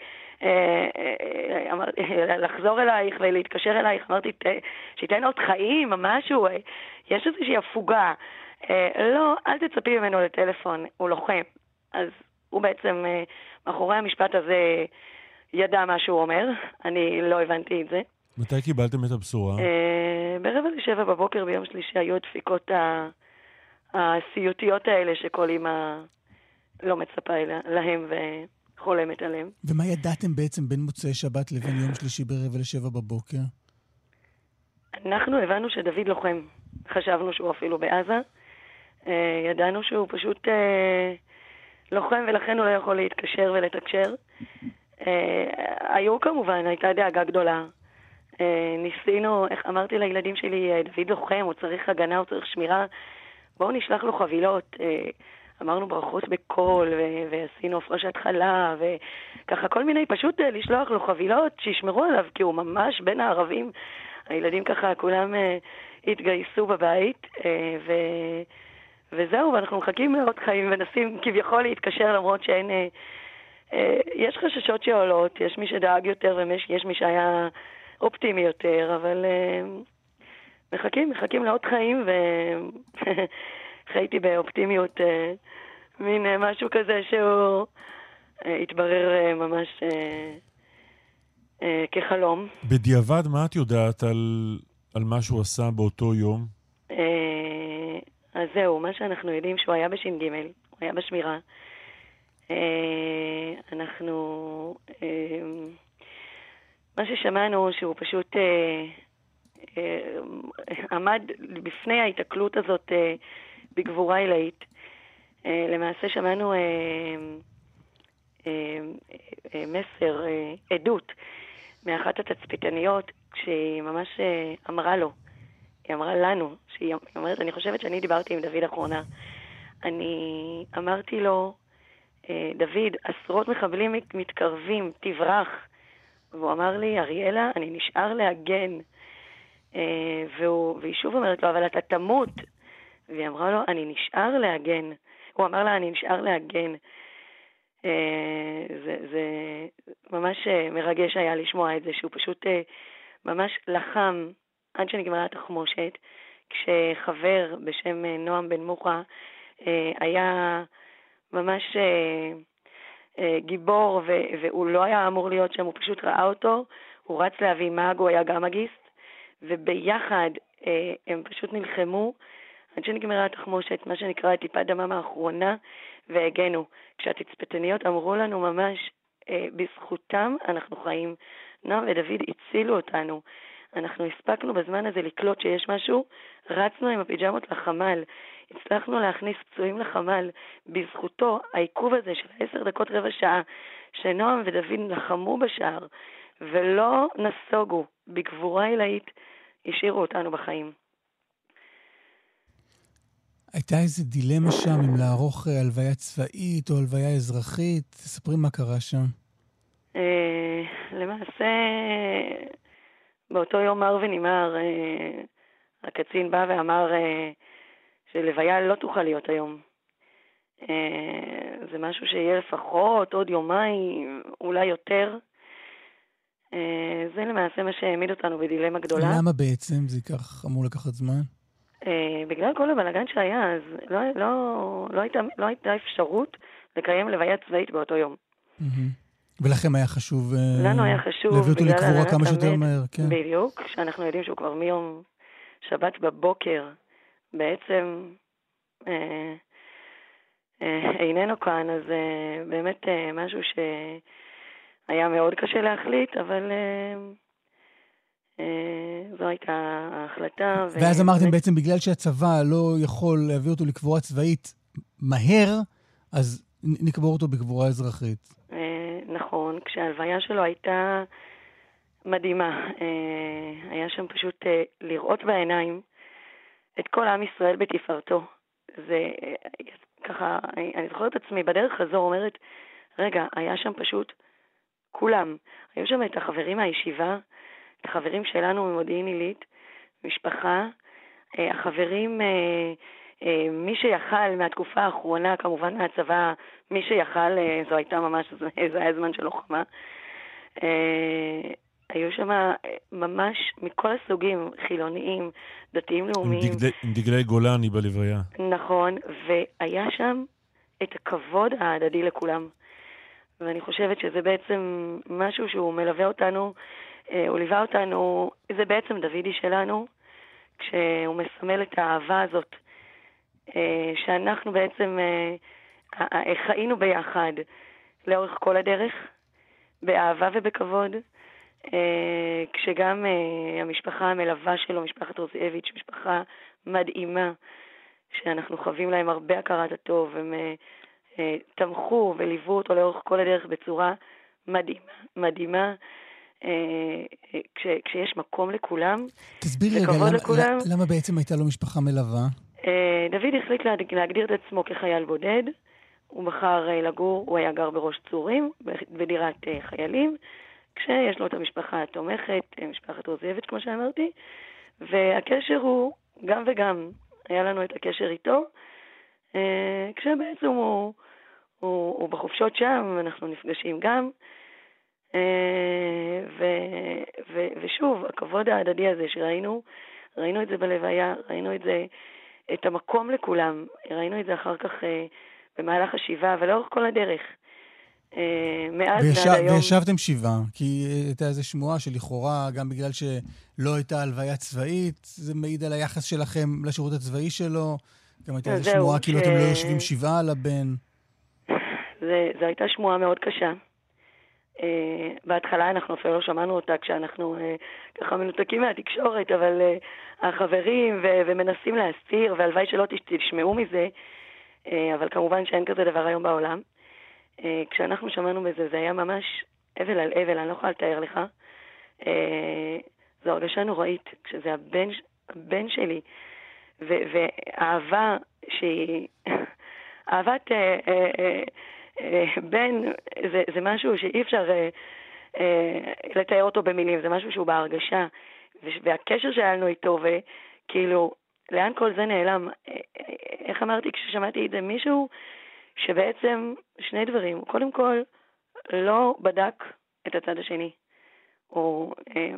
לחזור אלייך ולהתקשר אלייך, אמרתי, שייתן עוד חיים, משהו, יש איזושהי הפוגה. לא, אל תצפי ממנו לטלפון, הוא לוחם. אז הוא בעצם, מאחורי המשפט הזה, ידע מה שהוא אומר, אני לא הבנתי את זה. מתי קיבלתם את הבשורה? 6:45 בבוקר ביום שלישי היו דפיקות הסיוטיות האלה שכל אמא לא מצפה להם חולמת עליהם. ומה ידעתם בעצם בין מוצאי שבת לבין יום שלישי 6:45 בבוקר? אנחנו הבנו שדוד לוחם. חשבנו שהוא אפילו בעזה. ידענו שהוא פשוט לוחם ולכן הוא לא יכול להתקשר ולתקשר. היו כמובן, הייתה דאגה גדולה. ניסינו, איך אמרתי לילדים שלי, דוד לוחם, הוא צריך הגנה, הוא צריך שמירה. בואו נשלח לו חבילות. אמרנו ברכות בקול, ועשינו הפרשת חלה, וככה כל מיני, פשוט לשלוח לו חבילות שישמרו עליו, כי הוא ממש בין הערבים. הילדים ככה, כולם התגייסו בבית, וזהו, ואנחנו מחכים לעוד חיים, ונסים כביכול להתקשר, למרות שאין... יש חששות שעולות, יש מי שדאג יותר, ויש מי שהיה אופטימי יותר, אבל מחכים לעוד חיים, חייתי באופטימיות, מין משהו כזה שהוא התברר ממש כחלום. בדיעבד, מה את יודעת על מה שהוא עשה באותו יום? אז זהו, מה שאנחנו יודעים שהוא היה בש"ג, הוא היה בשמירה. אנחנו... מה ששמענו שהוא פשוט עמד בפני ההתקלות הזאת בגבורה עילאית. למעשה שמענו מסר, עדות, מאחת התצפיתניות, כשהיא ממש אמרה לו, היא אמרה לנו, שהיא אומרת, אני חושבת שאני דיברתי עם דוד אחרונה. אני אמרתי לו, דוד, עשרות מחבלים מתקרבים, תברח. והוא אמר לי, אריאלה, אני נשאר להגן. והיא שוב אומרת לו, אבל אתה תמות. והיא אמרה לו, אני נשאר להגן. הוא אמר לה, אני נשאר להגן. זה ממש מרגש היה לשמוע את זה, שהוא פשוט ממש לחם עד שנגמרה התחמושת, כשחבר בשם נועם בן מוחה היה ממש גיבור, והוא לא היה אמור להיות שם, הוא פשוט ראה אותו, הוא רץ להביא מאג, הוא היה גם מגיסט, וביחד הם פשוט נלחמו עד שנגמרה התחמושת, מה שנקרא טיפת דמם האחרונה, והגנו. כשהתצפיתניות אמרו לנו ממש, בזכותם אנחנו חיים. נועם ודוד הצילו אותנו. אנחנו הספקנו בזמן הזה לקלוט שיש משהו, רצנו עם הפיג'מות לחמל, הצלחנו להכניס פצועים לחמל. בזכותו, העיכוב הזה של 10 דקות רבע שעה, שנועם ודוד לחמו בשער, ולא נסוגו, בגבורה עילאית, השאירו אותנו בחיים. הייתה איזה דילמה שם אם לערוך הלוויה צבאית או הלוויה אזרחית? תספרי מה קרה שם. למעשה, באותו יום מר ונמר, הקצין בא ואמר שלוויה לא תוכל להיות היום. זה משהו שיהיה לפחות עוד יומיים, אולי יותר. זה למעשה מה שהעמיד אותנו בדילמה גדולה. למה בעצם זה אמור לקחת זמן? בגלל כל הבלגן שהיה, אז לא הייתה אפשרות לקיים לוויה צבאית באותו יום. ולכם היה חשוב לנו היה חשוב להביא אותו לקבורה כמה שיותר מהר. בדיוק, שאנחנו יודעים שהוא כבר מיום שבת בבוקר בעצם איננו כאן, אז באמת משהו שהיה מאוד קשה להחליט, אבל זו הייתה ההחלטה. ואז אמרתם בעצם בגלל שהצבא לא יכול להביא אותו לקבורה צבאית מהר, אז נקבור אותו בקבורה אזרחית. נכון, כשההלוויה שלו הייתה מדהימה. היה שם פשוט לראות בעיניים את כל עם ישראל בתפארתו. זה ככה, אני זוכרת את עצמי בדרך חזור אומרת, רגע, היה שם פשוט כולם. היו שם את החברים מהישיבה, את החברים שלנו ממודיעין עילית, משפחה, החברים, מי שיכל מהתקופה האחרונה, כמובן מהצבא, מי שיכל, זו הייתה ממש, זה היה זמן של לוחמה. היו שם ממש מכל הסוגים, חילוניים, דתיים לאומיים. עם דגלי גולני בלוויה. נכון, והיה שם את הכבוד ההדדי לכולם. ואני חושבת שזה בעצם משהו שהוא מלווה אותנו, הוא ליווה אותנו, זה בעצם דוידי שלנו, כשהוא מסמל את האהבה הזאת, שאנחנו בעצם חיינו ביחד לאורך כל הדרך, באהבה ובכבוד, כשגם המשפחה המלווה שלו, משפחת רוזיאביץ', משפחה מדהימה, שאנחנו חווים להם הרבה הכרת הטוב, הם תמכו וליוו אותו לאורך כל הדרך בצורה מדהימה, כשיש מקום לכולם, תסבירי רגע, למה בעצם הייתה לו משפחה מלווה? דוד החליט להגדיר את עצמו כחייל בודד, הוא בחר לגור, הוא היה גר בראש צורים, בדירת חיילים, כשיש לו את המשפחה התומכת, משפחת רוזיאביץ' כמו שאמרתי, והקשר הוא גם וגם, היה לנו את הקשר איתו, כשבעצם הוא בחופשות שם, אנחנו נפגשים גם, ושוב, הכבוד ההדדי הזה שראינו, ראינו את זה בלוויה, ראינו את זה, את המקום לכולם, ראינו את זה אחר כך במהלך השבעה, ולאורך כל הדרך. וישבתם שבעה, כי הייתה איזו שמועה שלכאורה, גם בגלל שלא הייתה הלוויה צבאית, זה מעיד על היחס שלכם לשירות הצבאי שלו, גם הייתה איזו שמועה, כאילו אתם לא יושבים שבעה על הבן. זו הייתה שמועה מאוד קשה. בהתחלה אנחנו אפילו לא שמענו אותה כשאנחנו ככה מנותקים מהתקשורת, אבל החברים ומנסים להסתיר, והלוואי שלא תשמעו מזה, אבל כמובן שאין כזה דבר היום בעולם. כשאנחנו שמענו בזה, זה היה ממש אבל על אבל, אני לא יכולה לתאר לך. זו הרגשה נוראית, כשזה הבן שלי, ואהבה שהיא, אהבת בן, זה משהו שאי אפשר לתאר אותו במילים, זה משהו שהוא בהרגשה, והקשר שלנו איתו, וכאילו, לאן כל זה נעלם? איך אמרתי כששמעתי את זה? מישהו שבעצם שני דברים. קודם כל, לא בדק את הצד השני. הוא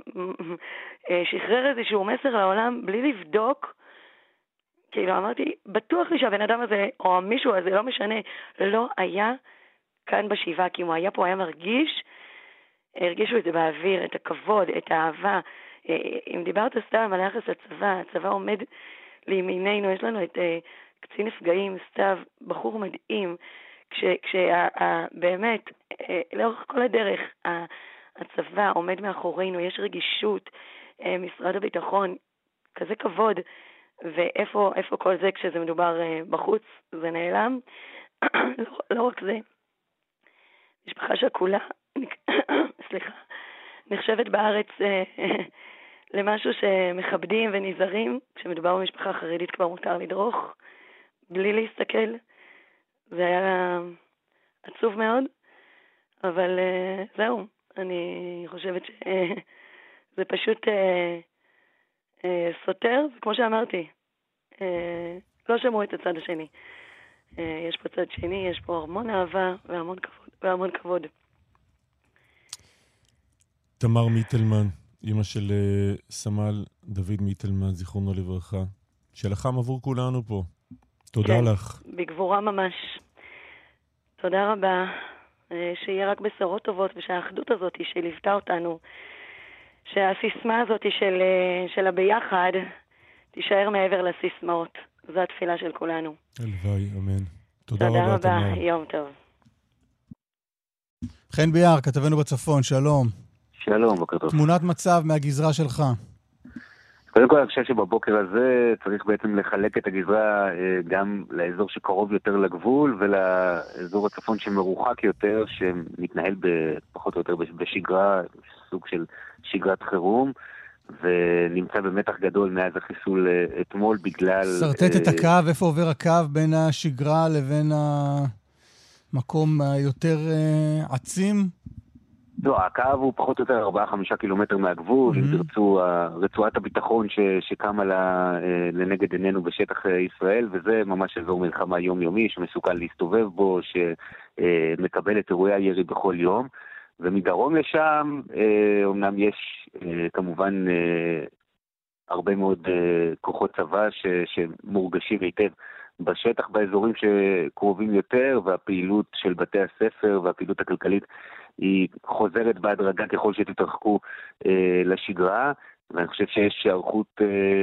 שחרר איזשהו מסר לעולם בלי לבדוק. כאילו אמרתי, בטוח לי שהבן אדם הזה, או המישהו הזה, לא משנה, לא היה כאן בשבעה, כי הוא היה פה, היה הרגישו את זה באוויר, את הכבוד, את האהבה. אם דיברת סתם על היחס לצבא, הצבא עומד לימיננו, יש לנו את קצין נפגעים, סתיו, בחור מדהים, כשבאמת, לאורך כל הדרך, הצבא עומד מאחורינו, יש רגישות, משרד הביטחון, כזה כבוד, ואיפה כל זה כשזה מדובר בחוץ, זה נעלם. לא רק זה, משפחה שכולה, סליחה, נחשבת בארץ למשהו שמכבדים ונזהרים. כשמדובר במשפחה חרדית כבר מותר לדרוך, בלי להסתכל. זה היה עצוב מאוד, אבל זהו, אני חושבת שזה פשוט סותר, וכמו שאמרתי, לא שמעו את הצד השני. יש פה צד שני, יש פה המון אהבה והמון כבוד. תמר מיטלמן, אמא של סמל דוד מיטלמן, זיכרונו לברכה, שלחם עבור כולנו פה. תודה לך. בגבורה ממש. תודה רבה. שיהיה רק בשורות טובות, ושהאחדות הזאת שליוותה אותנו, שהסיסמה הזאת של הביחד תישאר מעבר לסיסמאות. זו התפילה של כולנו. הלוואי, אמן. תודה רבה, תמר. תודה רבה, יום טוב. חן ביאר, כתבנו בצפון, שלום. שלום, בוקר טוב. תמונת מצב מהגזרה שלך. קודם כל, אני חושב שבבוקר הזה צריך בעצם לחלק את הגזרה גם לאזור שקרוב יותר לגבול, ולאזור הצפון שמרוחק יותר, שמתנהל פחות או יותר בשגרה, סוג של שגרת חירום, ונמצא במתח גדול מאז החיסול אתמול בגלל... סרטט את הקו, איפה עובר הקו בין השגרה לבין המקום היותר עצים? לא, הקו הוא פחות או יותר 4-5 קילומטר מהגבול, אם תרצו, רצועת הביטחון שקמה לנגד עינינו בשטח ישראל, וזה ממש אזור מלחמה יומיומי, שמסוכן להסתובב בו, שמקבל את אירועי הירי בכל יום, ומדרום לשם, אומנם יש כמובן הרבה מאוד כוחות צבא שמורגשים היטב בשטח באזורים שקרובים יותר, והפעילות של בתי הספר והפעילות הכלכלית היא חוזרת בהדרגה ככל שתתרחקו לשגרה, ואני חושב שיש הערכות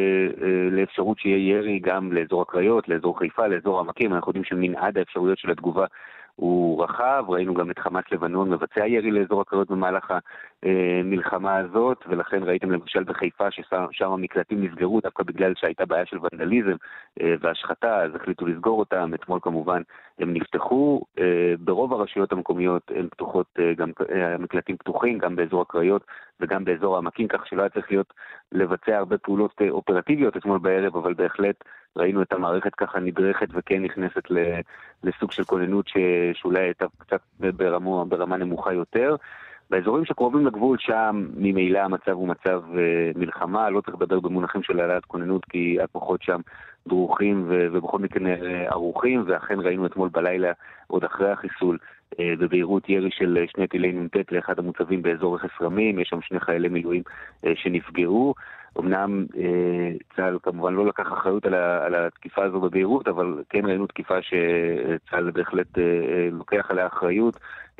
לאפשרות שיהיה ירי גם לאזור הקריות, לאזור חיפה, לאזור העמקים. אנחנו יודעים שמנעד האפשרויות של התגובה הוא רחב, ראינו גם את חמאס לבנון מבצע ירי לאזור הקריות במהלך המלחמה הזאת, ולכן ראיתם למשל בחיפה ששם המקלטים נסגרו דווקא בגלל שהייתה בעיה של ונדליזם והשחתה, אז החליטו לסגור אותם. אתמול כמובן הם נפתחו, ברוב הרשויות המקומיות הם פתוחות, גם המקלטים פתוחים, גם באזור הקריות וגם באזור העמקים, כך שלא היה צריך לבצע הרבה פעולות אופרטיביות אתמול בערב, אבל בהחלט ראינו את המערכת ככה נדרכת וכן נכנסת לסוג של כוננות שאולי הייתה קצת ברמה נמוכה יותר. באזורים שקרובים לגבול שם ממילא המצב הוא מצב מלחמה, לא צריך לדבר במונחים של העלאת כוננות כי הכוחות שם דרוכים ובכל מקרה ערוכים, ואכן ראינו אתמול בלילה עוד אחרי החיסול בביירות ירי של 2 טילי נ"ט לאחד המוצבים באזור רכס רמים, יש שם 2 חיילי מילואים שנפגעו. אמנם צה"ל כמובן לא לקח אחריות על התקיפה הזו בביירות, אבל כן ראינו תקיפה שצה"ל בהחלט לוקח עליה אחריות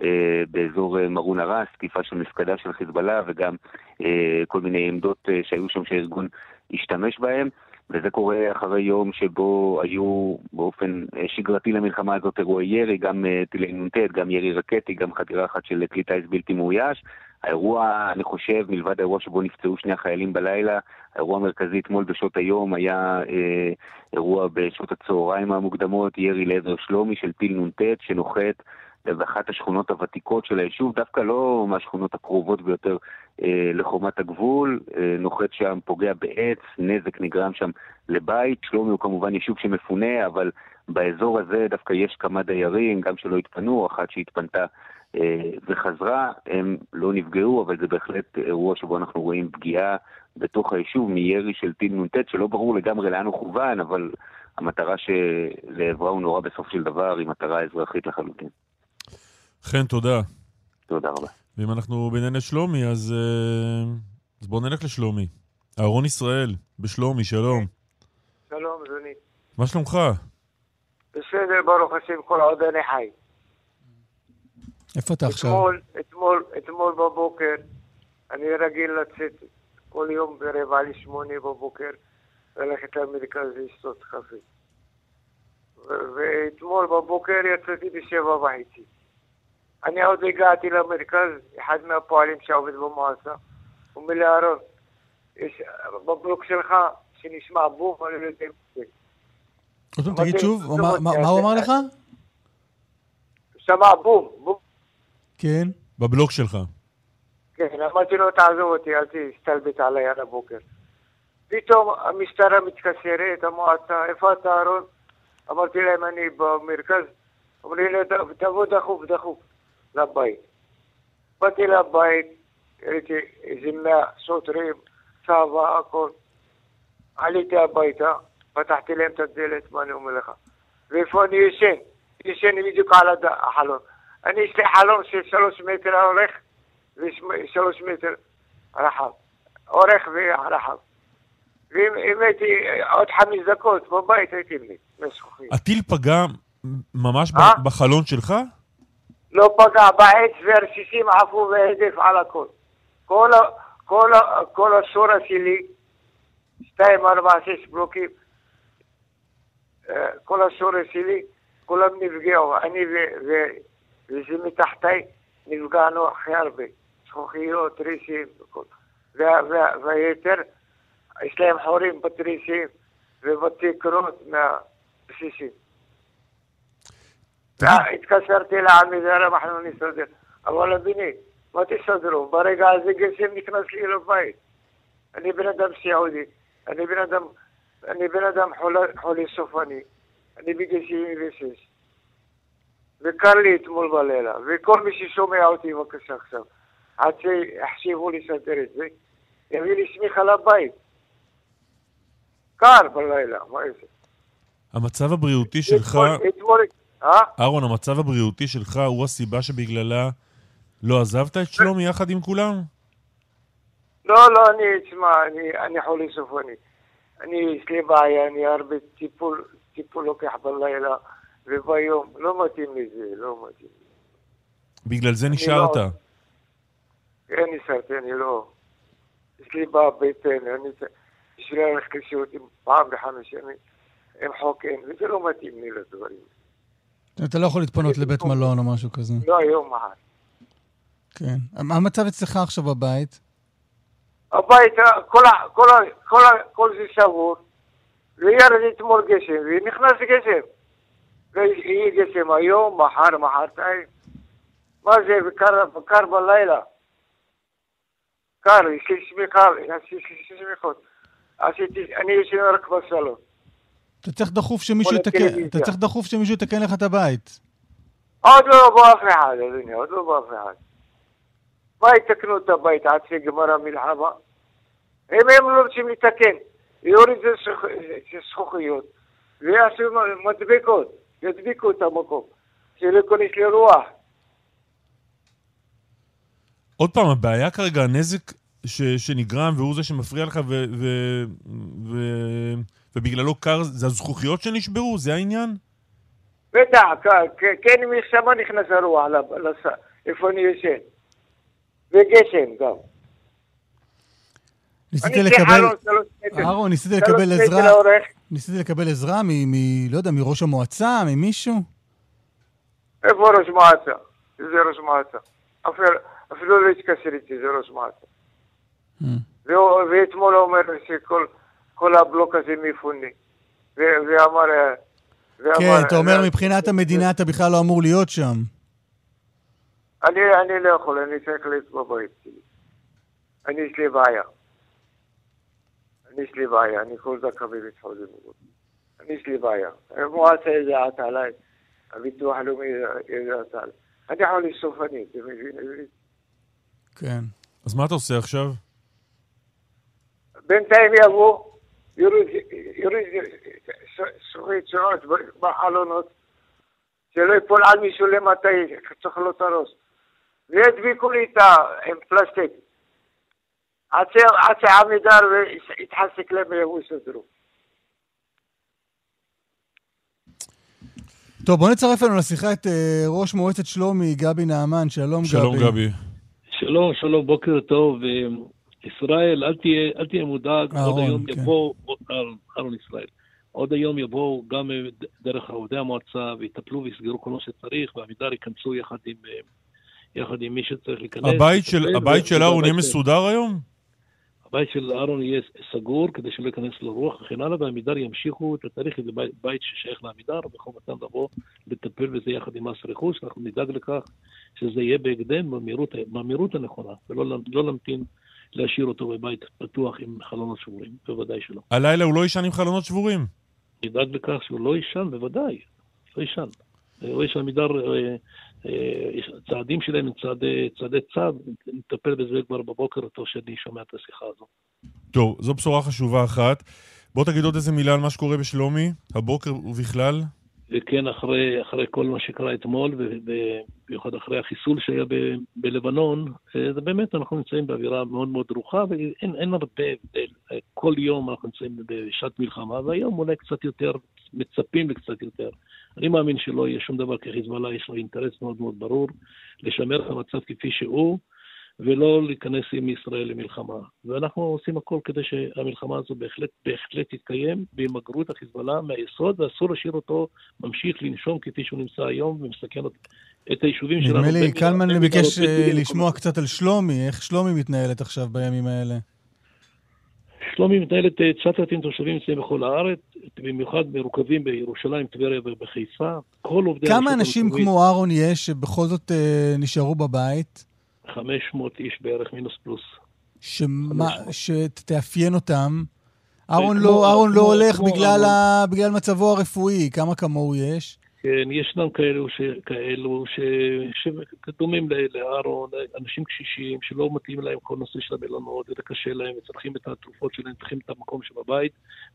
באזור מרון הרס, תקיפה של מפקדה של חיזבאללה וגם כל מיני עמדות שהיו שם שהארגון השתמש בהם, וזה קורה אחרי יום שבו היו באופן שגרתי למלחמה הזאת אירועי ירי, גם טילי נ"ט, גם ירי רקטי, גם חדירה אחת של כלי טיס בלתי מאויש. האירוע, אני חושב, מלבד האירוע שבו נפצעו 2 החיילים בלילה, האירוע המרכזי אתמול בשעות היום היה אירוע בשעות הצהריים המוקדמות, ירי לעבר שלומי של טיל נ"ט שנוחת באחת השכונות הוותיקות של היישוב, דווקא לא מהשכונות הקרובות ביותר לחומת הגבול, נוחת שם, פוגע בעץ, נזק נגרם שם לבית. שלומי הוא כמובן יישוב שמפונה, אבל באזור הזה דווקא יש כמה דיירים, גם שלא התפנו, אחת שהתפנתה וחזרה, הם לא נפגעו, אבל זה בהחלט אירוע שבו אנחנו רואים פגיעה בתוך היישוב מירי של טיל נ"ט, שלא ברור לגמרי לאן הוא כוון, אבל המטרה שלעברה הוא נורא בסוף של דבר היא מטרה אזרחית לחלוטין. חן, תודה. תודה רבה. ואם אנחנו בענייני שלומי, אז בואו נלך לשלומי. אהרון ישראל, בשלומי, שלום. שלום, אדוני. מה שלומך? בסדר, ברוך השם, כל עוד אני חי. איפה אתה עכשיו? אתמול בבוקר, אני רגיל לצאת כל יום ב7:45 בבוקר, ללכת למרכז לשתות קפה. ואתמול בבוקר יצאתי ב7:30. אני עוד הגעתי למרכז, אחד מהפועלים שעובד במועצה, הוא אומר לי, אהרון, יש בבלוק שלך שנשמע בום, אני לא יודע מה זה. תגיד שוב, מה הוא אמר לך? שמע בום. כן. בבלוק שלך. כן, אמרתי לו, תעזוב אותי, אל תסתלבט עליי על הבוקר. פתאום המשטרה מתקשרת, המועצה, איפה אתה אהרון? אמרתי להם, אני במרכז. אמרו לי, תבוא דחוף לבית. באתי לבית, ראיתי איזה 100 שוטרים, צבא, הכל. עליתי הביתה, פתחתי להם את הדלת, מה אני אומר לך? ואיפה אני ישן בדיוק על החלון. אני יש לי חלון של 3 מטר אורך ו3 מטר רחב. אורך ורחב. ואם הייתי עוד 5 דקות בבית הייתי משכוחים. הטיל פגע ממש בחלון שלך? לא פגע בעץ והרסיסים עפו והדף על הכל. כל השורה שלי, 2, 4, 6 בלוקים, כל השורה שלי, כולם נפגעו. אני וזה מתחתיי נפגענו הכי הרבה. זכוכיות, ריסים, והיתר, יש להם חורים בתריסים ובתקרות מהבסיסים. התקשרתי לעמידר, אנחנו נסתדר. אבל אדוני, מה תסתדרו? ברגע הזה גשם נכנס לי לבית. אני בן אדם סיעודי, אני בן אדם חולי סופני, אני ב96. וקר לי אתמול בלילה, וכל מי ששומע אותי בבקשה עכשיו, עד שיחשיבו לסדר את זה, יביא לי סמיכה לבית. קר בלילה, מה זה? המצב הבריאותי שלך... אהרון, המצב הבריאותי שלך הוא הסיבה שבגללה לא עזבת את שלומי יחד עם כולם? לא, אני חולי סופני. יש לי בעיה, אני הרבה טיפול לוקח בלילה וביום. לא מתאים לזה, לא מתאים. בגלל זה נשארת? כן, נשארתי, אני לא... יש לי בבטן, בשביל ללכת לשירותים פעם ב5 ימים, הם חוקרים, וזה לא מתאים לי לדברים. אתה לא יכול להתפנות לבית מלון או משהו כזה. לא, היום מחר. כן. מה המצב אצלך עכשיו בבית? הבית, כל זה שבור, וירד אתמול גשם, ונכנס גשם. ויהיה גשם היום, מחרתיים. מה זה? וקר בלילה. קר, יש לי שמיכות. אני ישן רק בסלון. אתה צריך דחוף שמישהו יתקן לך את הבית. עוד לא בא אף אחד, אדוני, עוד לא בא אף אחד. מה יתקנו את הבית עד שגמר המלחמה? הם לא רוצים לתקן. יוריד זכוכיות, ויעשו מדבקות, ידביקו את המקום, שלא יש לי רוח. עוד פעם, הבעיה כרגע, הנזק שנגרם, והוא זה שמפריע לך, ובגללו קר, זה הזכוכיות שנשברו? זה העניין? בטח, כן, משמה נכנס הרוח, איפה אני ישן. וגשם גם. ניסיתי לקבל עזרה לא יודע, מראש המועצה, ממישהו? איפה ראש מועצה? זה ראש מועצה. אפילו לא התקשר איתי, זה ראש מועצה. ואתמול אומר שכל הבלוק הזה מפונה. ואמר... כן, אתה אומר מבחינת המדינה אתה בכלל לא אמור להיות שם. אני לא יכול, אני צריך להיות בבית שלי. יש לי בעיה. אני כל דקה בבית חולים. יש לי בעיה. המועצה ידעת עליי. הביטוח הלאומי ידעת עליי. אני חולי סופני, אתה מבין? כן. אז מה אתה עושה עכשיו? בינתיים יבוא, יוריד זכוכית שונות בחלונות, שלא ייפול על מישהו למטה, צריך לו את הראש. והדביקו לי עם פלסטיק. עד שעמידר והתחזק להם ויבוא יסדרו. טוב, בוא נצרף לנו לשיחה את ראש מועצת שלומי, גבי נעמן. שלום גבי. שלום גבי. שלום, בוקר טוב. ישראל, אל תהיה מודאג, עוד היום יבוא, אהרון ישראל, עוד היום יבואו גם דרך עובדי המועצה ויטפלו ויסגרו כל מה שצריך, והעמידר ייכנסו יחד עם מי שצריך להיכנס. הבית של אהרון יהיה מסודר היום? הבית של אהרון יהיה סגור כדי שלא ייכנס לרוח וכן הלאה, והעמידר ימשיכו את התהליך, זה בית ששייך לעמידר, ובחובתם לבוא לטפל בזה יחד עם מס רכוש, אנחנו נדאג לכך שזה יהיה בהקדם במהירות הנכונה, ולא להמתין להשאיר אותו בבית פתוח עם חלונות שבורים, בוודאי שלא. הלילה הוא לא ישן עם חלונות שבורים? נדאג לכך שהוא לא ישן, בוודאי, לא ישן. רואה שהעמידר, צעדים שלהם הם צעדי צד, נטפל בזה כבר בבוקר אותו שאני שומע את השיחה הזו. טוב, זו בשורה חשובה אחת. בוא תגיד עוד איזה מילה על מה שקורה בשלומי, הבוקר ובכלל. וכן, אחרי כל מה שקרה אתמול, ובמיוחד אחרי החיסול שהיה בלבנון, זה באמת, אנחנו נמצאים באווירה מאוד מאוד דרוכה, ואין הרבה הבדל. כל יום אנחנו נמצאים בשעת מלחמה, והיום אולי קצת יותר, מצפים לקצת יותר. אני מאמין שלא יהיה שום דבר, כי חיזבאללה יש לו אינטרס מאוד מאוד ברור, לשמר את המצב כפי שהוא, ולא להיכנס עם ישראל למלחמה. ואנחנו עושים הכל כדי שהמלחמה הזו בהחלט תתקיים, וימגרו את החיזבאללה מהיסוד, ואסור להשאיר אותו ממשיך לנשום כפי שהוא נמצא היום, ומסכן את היישובים שלנו. נדמה לי, קלמן ביקש לשמוע קצת על שלומי, איך שלומי מתנהלת עכשיו בימים האלה? שלומי מתנהלת 9,000 תושבים נמצאים בכל הארץ, במיוחד מרוכבים בירושלים, טבריה ובחיפה. כמה אנשים כמו אהרון יש שבכל זאת נשארו בבית? 500 איש בערך, מינוס פלוס. שתאפיין אותם. אהרון לא הולך בגלל מצבו הרפואי. כמה כמוהו יש? כן, ישנם כאלו שדומים לאהרון, אנשים קשישים שלא מתאים להם כל נושא של המלונות, וזה קשה להם, וצריכים את התרופות שלהם, צריכים את המקום שבבית,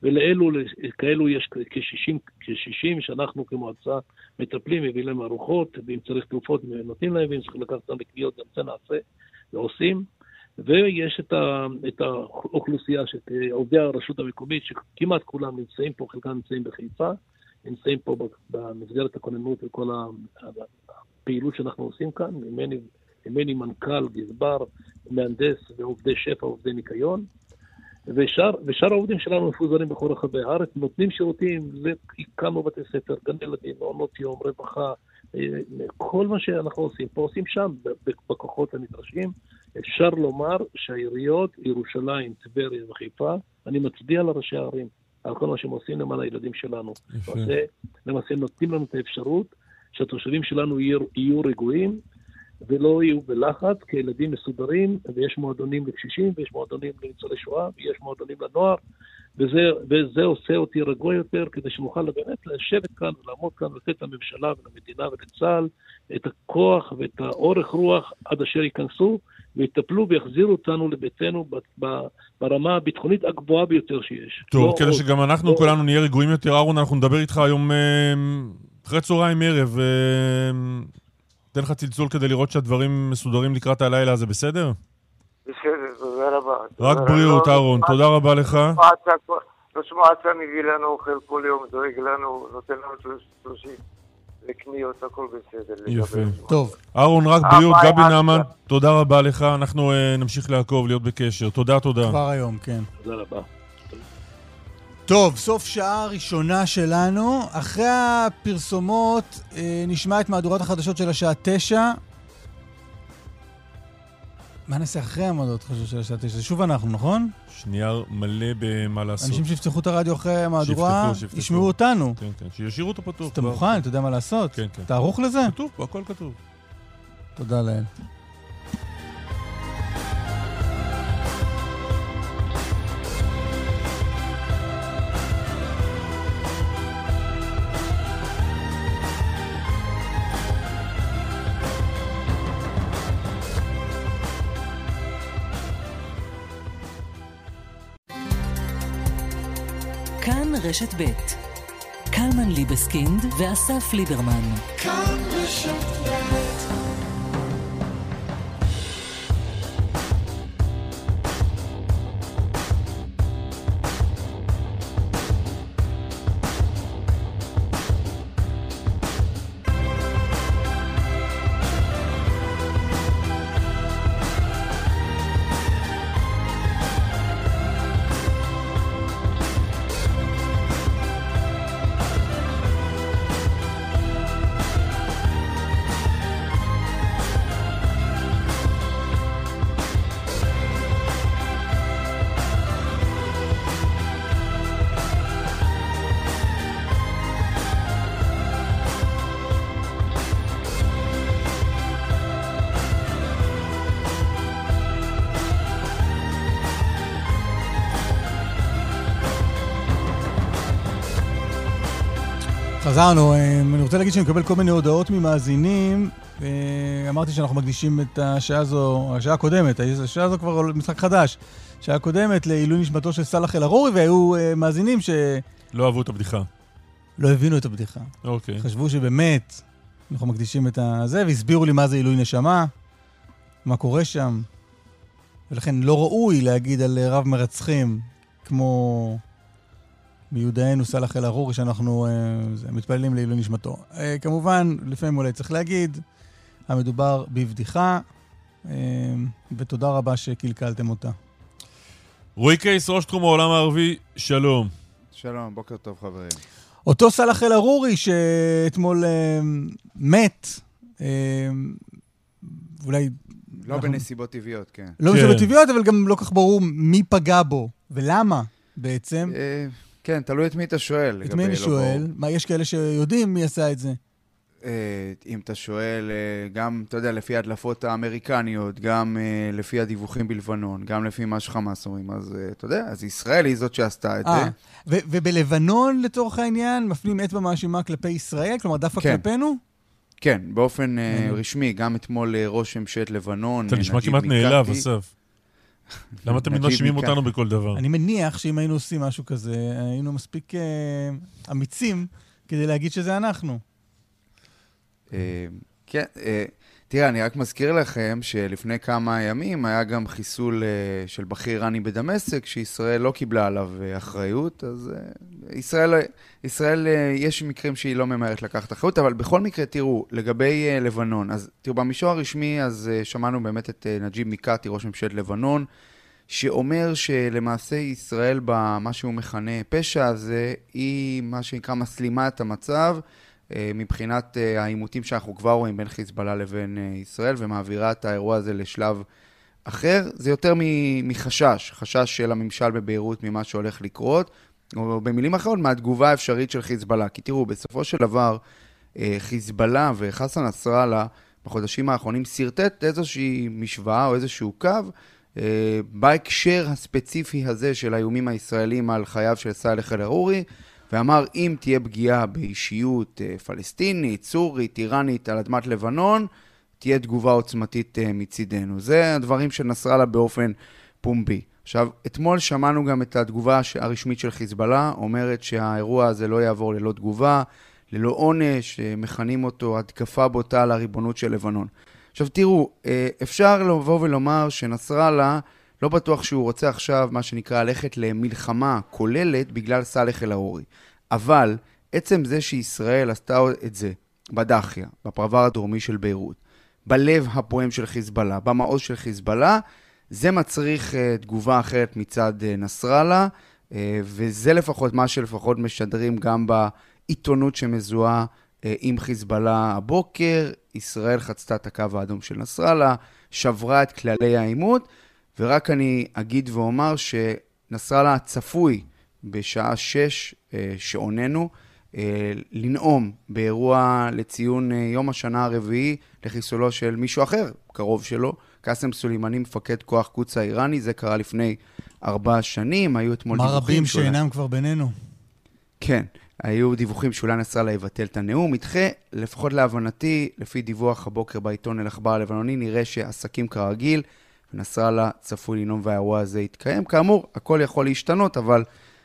ולאלו יש כ-60 שאנחנו כמועצה מטפלים, מביאים להם ארוחות, ואם צריך תרופות נותנים להם, ואם צריך לקחת אותם לקניות, גם זה נעשה ועושים. ויש את האוכלוסייה, עובדי הרשות המקומית, שכמעט כולם נמצאים פה, חלקם נמצאים בחיפה, נמצאים פה במסגרת הכוננות וכל הפעילות שאנחנו עושים כאן, ממני מנכ"ל, גזבר, מהנדס ועובדי שפע, עובדי ניקיון, ושאר העובדים שלנו מפוזרים בכל רחבי הארץ, נותנים שירותים, הקמנו בתי ספר, גן ילדים, מעונות יום, רווחה, כל מה שאנחנו עושים פה, עושים שם, בכוחות הנדרשים. אפשר לומר שהעיריות, ירושלים, טבריה וחיפה, אני מצדיע לראשי הערים. על כל מה שהם עושים למען הילדים שלנו. למעשה נותנים לנו את האפשרות שהתושבים שלנו יהיו רגועים ולא יהיו בלחץ, כי ילדים מסודרים, ויש מועדונים לקשישים, ויש מועדונים לניצולי שואה, ויש מועדונים לנוער, וזה עושה אותי רגוע יותר, כדי שנוכל באמת לשבת כאן ולעמוד כאן, ולתת לממשלה ולמדינה ולצה"ל את הכוח ואת האורך רוח עד אשר ייכנסו, ויטפלו ויחזירו אותנו לביתנו ברמה הביטחונית הגבוהה ביותר שיש. טוב, כדי שגם אנחנו כולנו נהיה רגועים יותר. אהרון, אנחנו נדבר איתך היום אחרי צהריים ערב, תן לך צלצול כדי לראות שהדברים מסודרים לקראת הלילה הזה, בסדר? בסדר, תודה רבה. רק בריאות, אהרון, תודה רבה לך. ראש מועצה מביא לנו אוכל כל יום, דואג לנו, נותן לנו 30 לקניות, הכל בסדר. יפה. טוב. אהרון, רק בריאות, גבי נעמן, תודה רבה לך, אנחנו נמשיך לעקוב, להיות בקשר. תודה. כבר היום, כן. תודה רבה. טוב, סוף שעה ראשונה שלנו. אחרי הפרסומות נשמע את מהדורת החדשות של השעה 9. מה נעשה אחרי המהדורת החדשות של השעה 9? זה שוב אנחנו, נכון? שנייה מלא במה לעשות. אנשים שיפתחו את הרדיו אחרי המהדורה, ישמעו אותנו. כן, שישאירו אותו פתוח. אתה מוכן? אתה יודע מה לעשות? כן. אתה ערוך לזה? כתוב, הכל כתוב. תודה לאל. רשת ב' קלמן ליבסקינד ואסף ליברמן. כאן רשת ב'. חזרנו, אני רוצה להגיד שאני מקבל כל מיני הודעות ממאזינים, אמרתי שאנחנו מקדישים את השעה הזו, השעה הקודמת, השעה הזו כבר משחק חדש, השעה הקודמת לעילוי נשמתו של סלאח אל-ערורי, והיו מאזינים לא אהבו את הבדיחה. לא הבינו את הבדיחה. אוקיי. חשבו שבאמת אנחנו מקדישים את זה, והסבירו לי מה זה עילוי נשמה, מה קורה שם, ולכן לא ראוי להגיד על רב מרצחים כמו מיודענו סלאח אל-ערורי, שאנחנו מתפללים לעילוי נשמתו. כמובן, לפעמים אולי צריך להגיד, המדובר בבדיחה, ותודה רבה שקלקלתם אותה. רועי קייס, ראש תחום העולם הערבי, שלום. שלום, בוקר טוב חברים. אותו סלאח אל-ערורי שאתמול מת, אולי... לא בנסיבות טבעיות, כן. לא בנסיבות טבעיות, אבל גם לא כך ברור מי פגע בו, ולמה בעצם. כן, תלוי את מי אתה שואל. את מי אני שואל? מה, יש כאלה שיודעים מי עשה את זה? אם אתה שואל, גם, אתה יודע, לפי הדלפות האמריקניות, גם לפי הדיווחים בלבנון, גם לפי מה שחמאס אומרים, אז אתה יודע, אז ישראל היא זאת שעשתה את זה. ובלבנון, לצורך העניין, מפנים אצבע מאשימה כלפי ישראל? כלומר, דווקא כלפינו? כן, באופן רשמי, גם אתמול ראש ממשלת לבנון, אתה נשמע כמעט נעלב, אסף. למה אתם מאשימים אותנו בכל דבר? אני מניח שאם היינו עושים משהו כזה, היינו מספיק אמיצים כדי להגיד שזה אנחנו. כן, תראה, אני רק מזכיר לכם שלפני כמה ימים היה גם חיסול של בכיר איראני בדמשק, שישראל לא קיבלה עליו אחריות, אז ישראל יש מקרים שהיא לא ממהרת לקחת אחריות, אבל בכל מקרה, תראו, לגבי לבנון, אז תראו, במישור הרשמי, אז שמענו באמת את נג'יב מיקאטי, ראש ממשלת לבנון, שאומר שלמעשה ישראל במה שהוא מכנה פשע הזה, היא מה שנקרא מסלימה את המצב, מבחינת העימותים שאנחנו כבר רואים בין חיזבאללה לבין ישראל, ומעבירה את האירוע הזה לשלב אחר. זה יותר מחשש, חשש של הממשל בביירות ממה שהולך לקרות, או במילים אחרות, מהתגובה האפשרית של חיזבאללה. כי תראו, בסופו של דבר, חיזבאללה וחסן נסראללה בחודשים האחרונים סרטט איזושהי משוואה או איזשהו קו, בהקשר הספציפי הזה של האיומים הישראלים על חייו של סלאח אל-ערורי, ואמר, אם תהיה פגיעה באישיות פלסטינית, סורית, איראנית על אדמת לבנון, תהיה תגובה עוצמתית מצידנו. זה הדברים של נסראללה באופן פומבי. עכשיו, אתמול שמענו גם את התגובה הרשמית של חיזבאללה, אומרת שהאירוע הזה לא יעבור ללא תגובה, ללא עונש, מכנים אותו התקפה בוטה על הריבונות של לבנון. עכשיו תראו, אפשר לבוא ולומר שנסראללה לא בטוח שהוא רוצה עכשיו מה שנקרא ללכת למלחמה כוללת בגלל סלאח אל-ערורי. אבל עצם זה שישראל עשתה את זה בדחיה, בפרבר הדרומי של ביירות, בלב הפועם של חיזבאללה, במעוז של חיזבאללה, זה מצריך תגובה אחרת מצד נסראללה, וזה לפחות מה שלפחות משדרים גם בעיתונות שמזוהה עם חיזבאללה הבוקר. ישראל חצתה את הקו האדום של נסראללה, שברה את כללי העימות, ורק אני אגיד ואומר שנסראללה צפוי בשעה 6 שעוננו לנאום באירוע לציון יום השנה הרביעי לחיסולו של מישהו אחר, קרוב שלו, קאסם סולימני, מפקד כוח קודס האיראני. זה קרה לפני 4 שנים, היו אתמול דיווחים... מה רבים שאינם כבר בינינו? כן, היו דיווחים שאולי נסראללה יבטל את הנאום, ידחה, לפחות להבנתי, לפי דיווח הבוקר בעיתון אל-אחבר הלבנוני, נראה שעסקים כרגיל, ונסראללה צפוי לנאום והאירוע הזה יתקיים. כאמור, הכל יכול להשתנות, אבל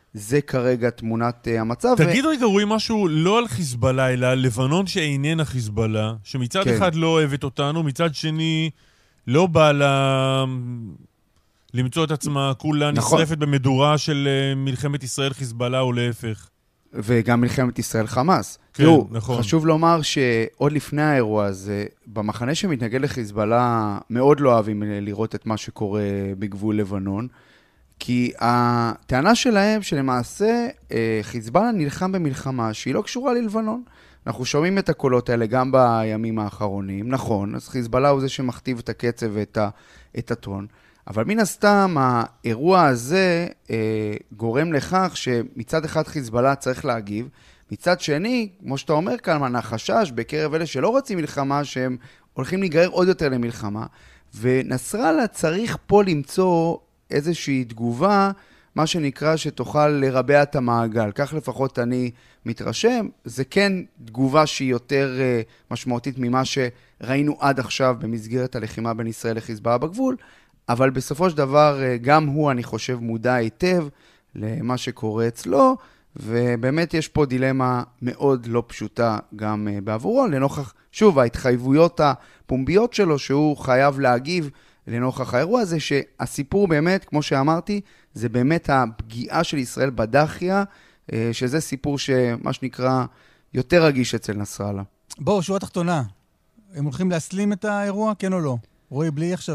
זה כרגע תמונת המצב. תגיד רגע, רואים משהו לא על חיזבאללה, אלא לבנון שאיננה חיזבאללה, שמצד אחד לא אוהבת אותנו, מצד שני לא בא לה למצוא את עצמה כולה נשרפת במדורה של מלחמת ישראל חיזבאללה או להפך. וגם מלחמת ישראל חמאס. כן, נכון. חשוב לומר שעוד לפני האירוע הזה, במחנה שמתנגד לחיזבאללה מאוד לא אוהבים לראות את מה שקורה בגבול לבנון, כי הטענה שלהם שלמעשה חיזבאללה נלחם במלחמה שהיא לא קשורה ללבנון. אנחנו שומעים את הקולות האלה גם בימים האחרונים, נכון, אז חיזבאללה הוא זה שמכתיב את הקצב ואת הטון, אבל מן הסתם האירוע הזה גורם לכך שמצד אחד חיזבאללה צריך להגיב, מצד שני, כמו שאתה אומר כאן, החשש בקרב אלה שלא רוצים מלחמה, שהם הולכים להיגרר עוד יותר למלחמה, ונסראללה צריך פה למצוא איזושהי תגובה, מה שנקרא שתוכל לרבע את המעגל. כך לפחות אני מתרשם. זה כן תגובה שהיא יותר משמעותית ממה שראינו עד עכשיו במסגרת הלחימה בין ישראל לחיזבאללה בגבול, אבל בסופו של דבר גם הוא, אני חושב, מודע היטב למה שקורה אצלו, ובאמת יש פה דילמה מאוד לא פשוטה גם בעבורו, לנוכח, שוב, ההתחייבויות הפומביות שלו שהוא חייב להגיב לנוכח האירוע הזה, שהסיפור באמת, כמו שאמרתי, זה באמת הפגיעה של ישראל בדחיה, שזה סיפור שמה שנקרא יותר רגיש אצל נסראללה. בואו, שורה תחתונה. הם הולכים להסלים את האירוע, כן או לא? רואי, בלי עכשיו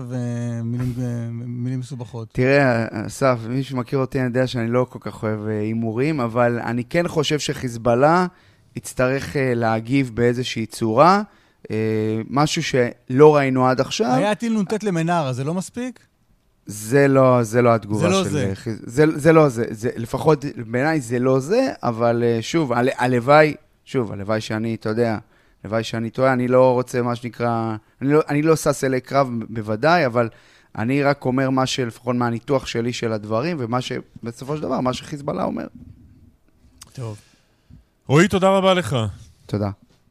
מילים מסובכות. תראה, אסף, מי שמכיר אותי, אני יודע שאני לא כל כך אוהב אימורים, אבל אני כן חושב שחיזבאללה יצטרך להגיב באיזושהי צורה, משהו שלא ראינו עד עכשיו. היה טיל נ"ט למנרה, זה לא מספיק? זה לא התגובה של... זה לא זה. לפחות בעיניי זה לא זה, אבל שוב, הלוואי שאני, אתה יודע, הלוואי שאני טועה, אני לא רוצה מה שנקרא, אני לא סס אלי קרב בוודאי, אבל אני רק אומר מה שלפחות מהניתוח שלי של הדברים, ומה שבסופו של דבר, מה שחיזבאללה אומר. טוב. רועי, תודה רבה לך. תודה.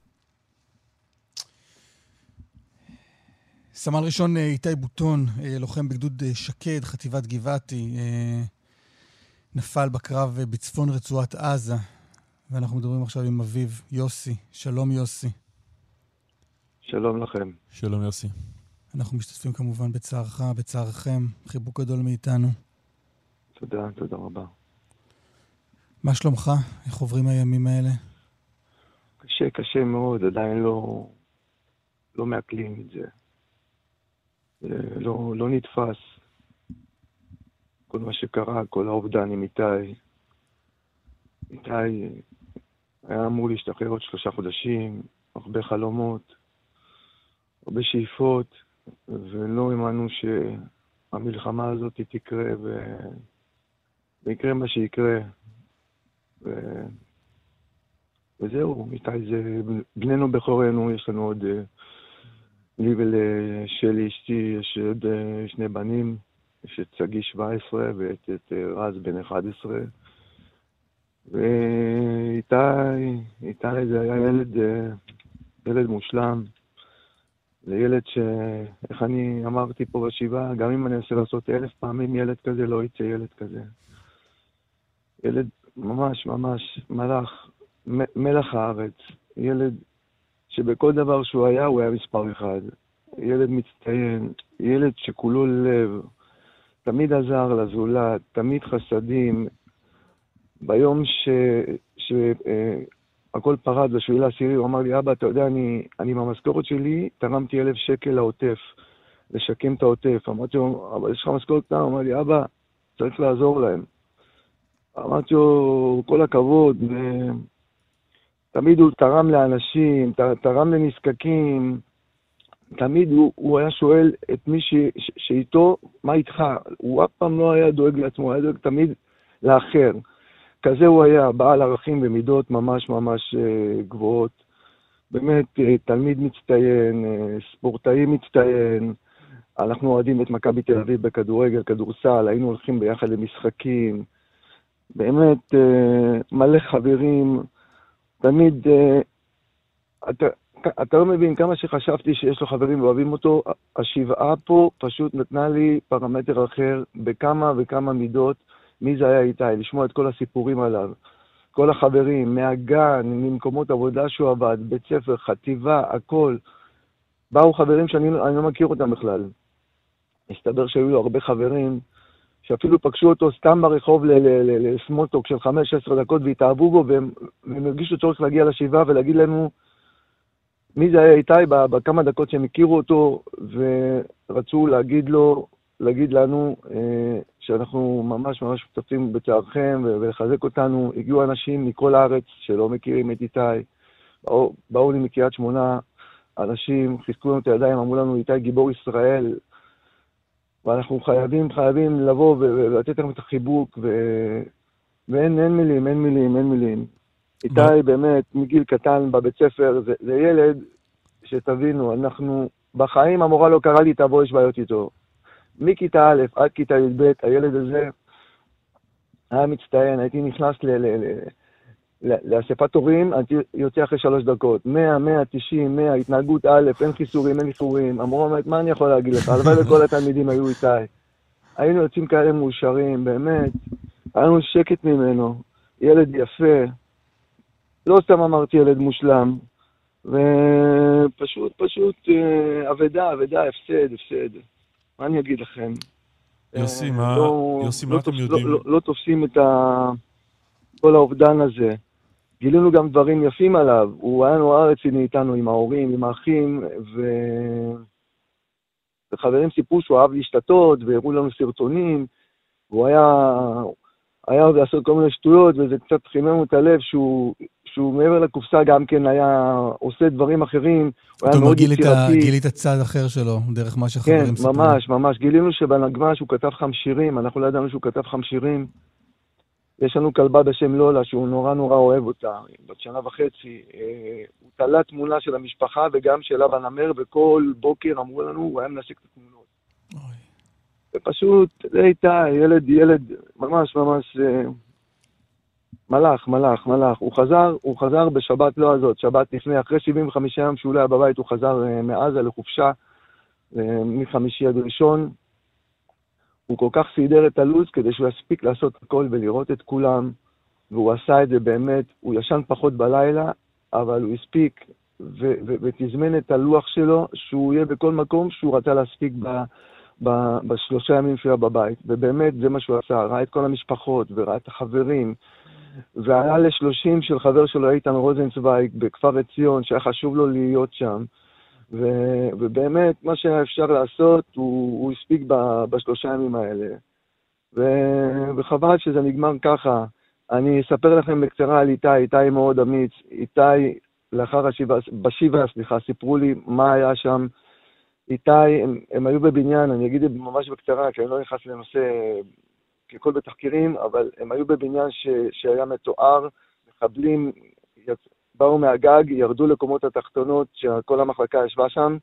סמל ראשון איתי בוטון, לוחם בגדוד שקד, חטיבת גבעתי, נפל בקרב בצפון רצועת עזה, ואנחנו מדברים עכשיו עם אביו, יוסי. שלום יוסי. שלום לכם. שלום יוסי. אנחנו משתתפים כמובן בצערך, בצערכם, חיבוק גדול מאיתנו. תודה רבה. מה שלומך? איך עוברים הימים האלה? קשה מאוד, עדיין לא מעכלים את זה. לא נתפס כל מה שקרה, כל האובדן עם איתי. איתי היה אמור להשתחרר עוד 3 חודשים, הרבה חלומות, הרבה שאיפות, ולא האמנו שהמלחמה הזאת תקרה ויקרה מה שיקרה. וזהו, איתי זה בנינו בכורנו, יש לנו עוד... לי ולשלי אשתי יש עוד 2 בנים, יש את צגי 17 ואת רז בן 11. ואיתי זה היה ילד מושלם. זה ילד איך אני אמרתי פה בשבעה, גם אם אני אנסה לעשות 1000 פעמים ילד כזה, לא יצא ילד כזה. ילד ממש מלח הארץ. ילד שבכל דבר שהוא היה, הוא היה מספר 1. ילד מצטיין, ילד שכולו לב, תמיד עזר לזולת, תמיד חסדים. ביום שהכל פרד בשביל העשירי, הוא אמר לי, אבא, אתה יודע, אני במשכורת שלי תרמתי 1,000 שקל לעוטף, לשקם את העוטף. אמרתי לו, אבל יש לך משכורת קטנה? הוא אמר לי, אבא, צריך לעזור להם. אמרתי לו, כל הכבוד, תמיד הוא תרם לאנשים, תרם לנזקקים, תמיד הוא היה שואל את מי שאיתו, מה איתך? הוא אף פעם לא היה דואג לעצמו, היה דואג תמיד לאחר. כזה הוא היה, בעל ערכים ומידות ממש גבוהות. באמת, תלמיד מצטיין, ספורטאי מצטיין, אנחנו אוהדים את מכבי תל אביב בכדורגל, כדורסל, היינו הולכים ביחד למשחקים, באמת מלא חברים, תמיד, אתה לא מבין כמה שחשבתי שיש לו חברים ואוהבים אותו, השבעה פה פשוט נתנה לי פרמטר אחר בכמה וכמה מידות מי זה היה איתי, לשמוע את כל הסיפורים עליו. כל החברים, מהגן, ממקומות עבודה שהוא עבד, בית ספר, חטיבה, הכל. באו חברים שאני לא מכיר אותם בכלל. הסתבר שהיו לו הרבה חברים, שאפילו פגשו אותו סתם ברחוב לסמוטוק של 15 דקות והתאהבו בו, והם הרגישו צורך להגיע לשבעה ולהגיד לנו מי זה היה איתי בכמה דקות שהם הכירו אותו, ורצו להגיד לנו שאנחנו ממש ממש שותפים בצערכם ולחזק אותנו. הגיעו אנשים מכל הארץ שלא מכירים את איתי, באו לי מקריית שמונה אנשים, חיזקו לנו את הידיים, אמרו לנו איתי גיבור ישראל, ואנחנו חייבים לבוא ולתת לנו את החיבוק, ואין מילים. איתי באמת מגיל קטן בבית ספר, זה ילד שתבינו, אנחנו בחיים המורה לא קרא לי תבוא יש בעיות איתו. מכיתה א' עד כיתה י"ב, הילד הזה היה מצטיין, הייתי נכנס לאספת הורים, הייתי יוצא אחרי 3 דקות, 100, 190, 100, התנהגות א', אין חיסורים, המורה אומרת, מה אני יכול להגיד לך? הלוואי לכל התלמידים היו איתי. היינו יוצאים כאלה מאושרים, באמת, היינו שקט ממנו, ילד יפה, לא סתם אמרתי ילד מושלם, ופשוט עבדה, הפסד. מה אני אגיד לכם? יוסי, מה אתם יודעים? לא תופסים את כל האובדן הזה. גילינו גם דברים יפים עליו. הוא היה נורא רציני איתנו, עם ההורים, עם האחים, וחברים סיפרו שהוא אהב להשתתות, והראו לנו סרטונים, והוא היה אוהב לעשות כל מיני שטויות, וזה קצת חימם את הלב שהוא מעבר לקופסה גם כן היה עושה דברים אחרים, הוא היה מאוד יצירתי. גילית הצד אחר שלו, דרך מה שחברים סיפרו. כן, ממש. גילינו שבנגמ"ש הוא כתב 5 שירים, אנחנו לא ידענו שהוא כתב 5 שירים. יש לנו כלבה בשם לולה, שהוא נורא אוהב אותה, בת 1.5 שנה. הוא תלה תמונה של המשפחה וגם שלה בנמר, וכל בוקר אמרו לנו, הוא היה מנשק את התמונות. ופשוט, זה הייתה ילד ממש מלאך. הוא חזר בשבת לא הזאת, שבת לפני, אחרי 75 יום שהוא לא היה בבית, הוא חזר מעזה לחופשה, מחמישי עד ראשון. הוא כל כך סידר את הלו"ז כדי שהוא יספיק לעשות הכל ולראות את כולם, והוא עשה את זה באמת, הוא ישן פחות בלילה, אבל הוא הספיק ותזמן את הלוח שלו, שהוא יהיה בכל מקום שהוא רצה להספיק ב3 ימים שהוא היה בבית, ובאמת זה מה שהוא עשה, ראה את כל המשפחות וראה את החברים, והיה ל30 של חבר שלו איתן רוזנצוויג בכפר עציון, שהיה חשוב לו להיות שם, ובאמת מה שאפשר לעשות הוא הספיק ב3 ימים האלה, וחבל שזה נגמר ככה. אני אספר לכם בקצרה על איתי מאוד אמיץ. איתי לאחר בשבעה, סיפרו לי מה היה שם. איתי, הם היו בבניין, אני אגיד ממש בקצרה, כי אני לא נכנס לנושא ככל בתחקירים, אבל הם היו בבניין שהיה מתואר, מחבלים באו מהגג, ירדו לקומות התחתונות, שכל המחלקה ישבה שם.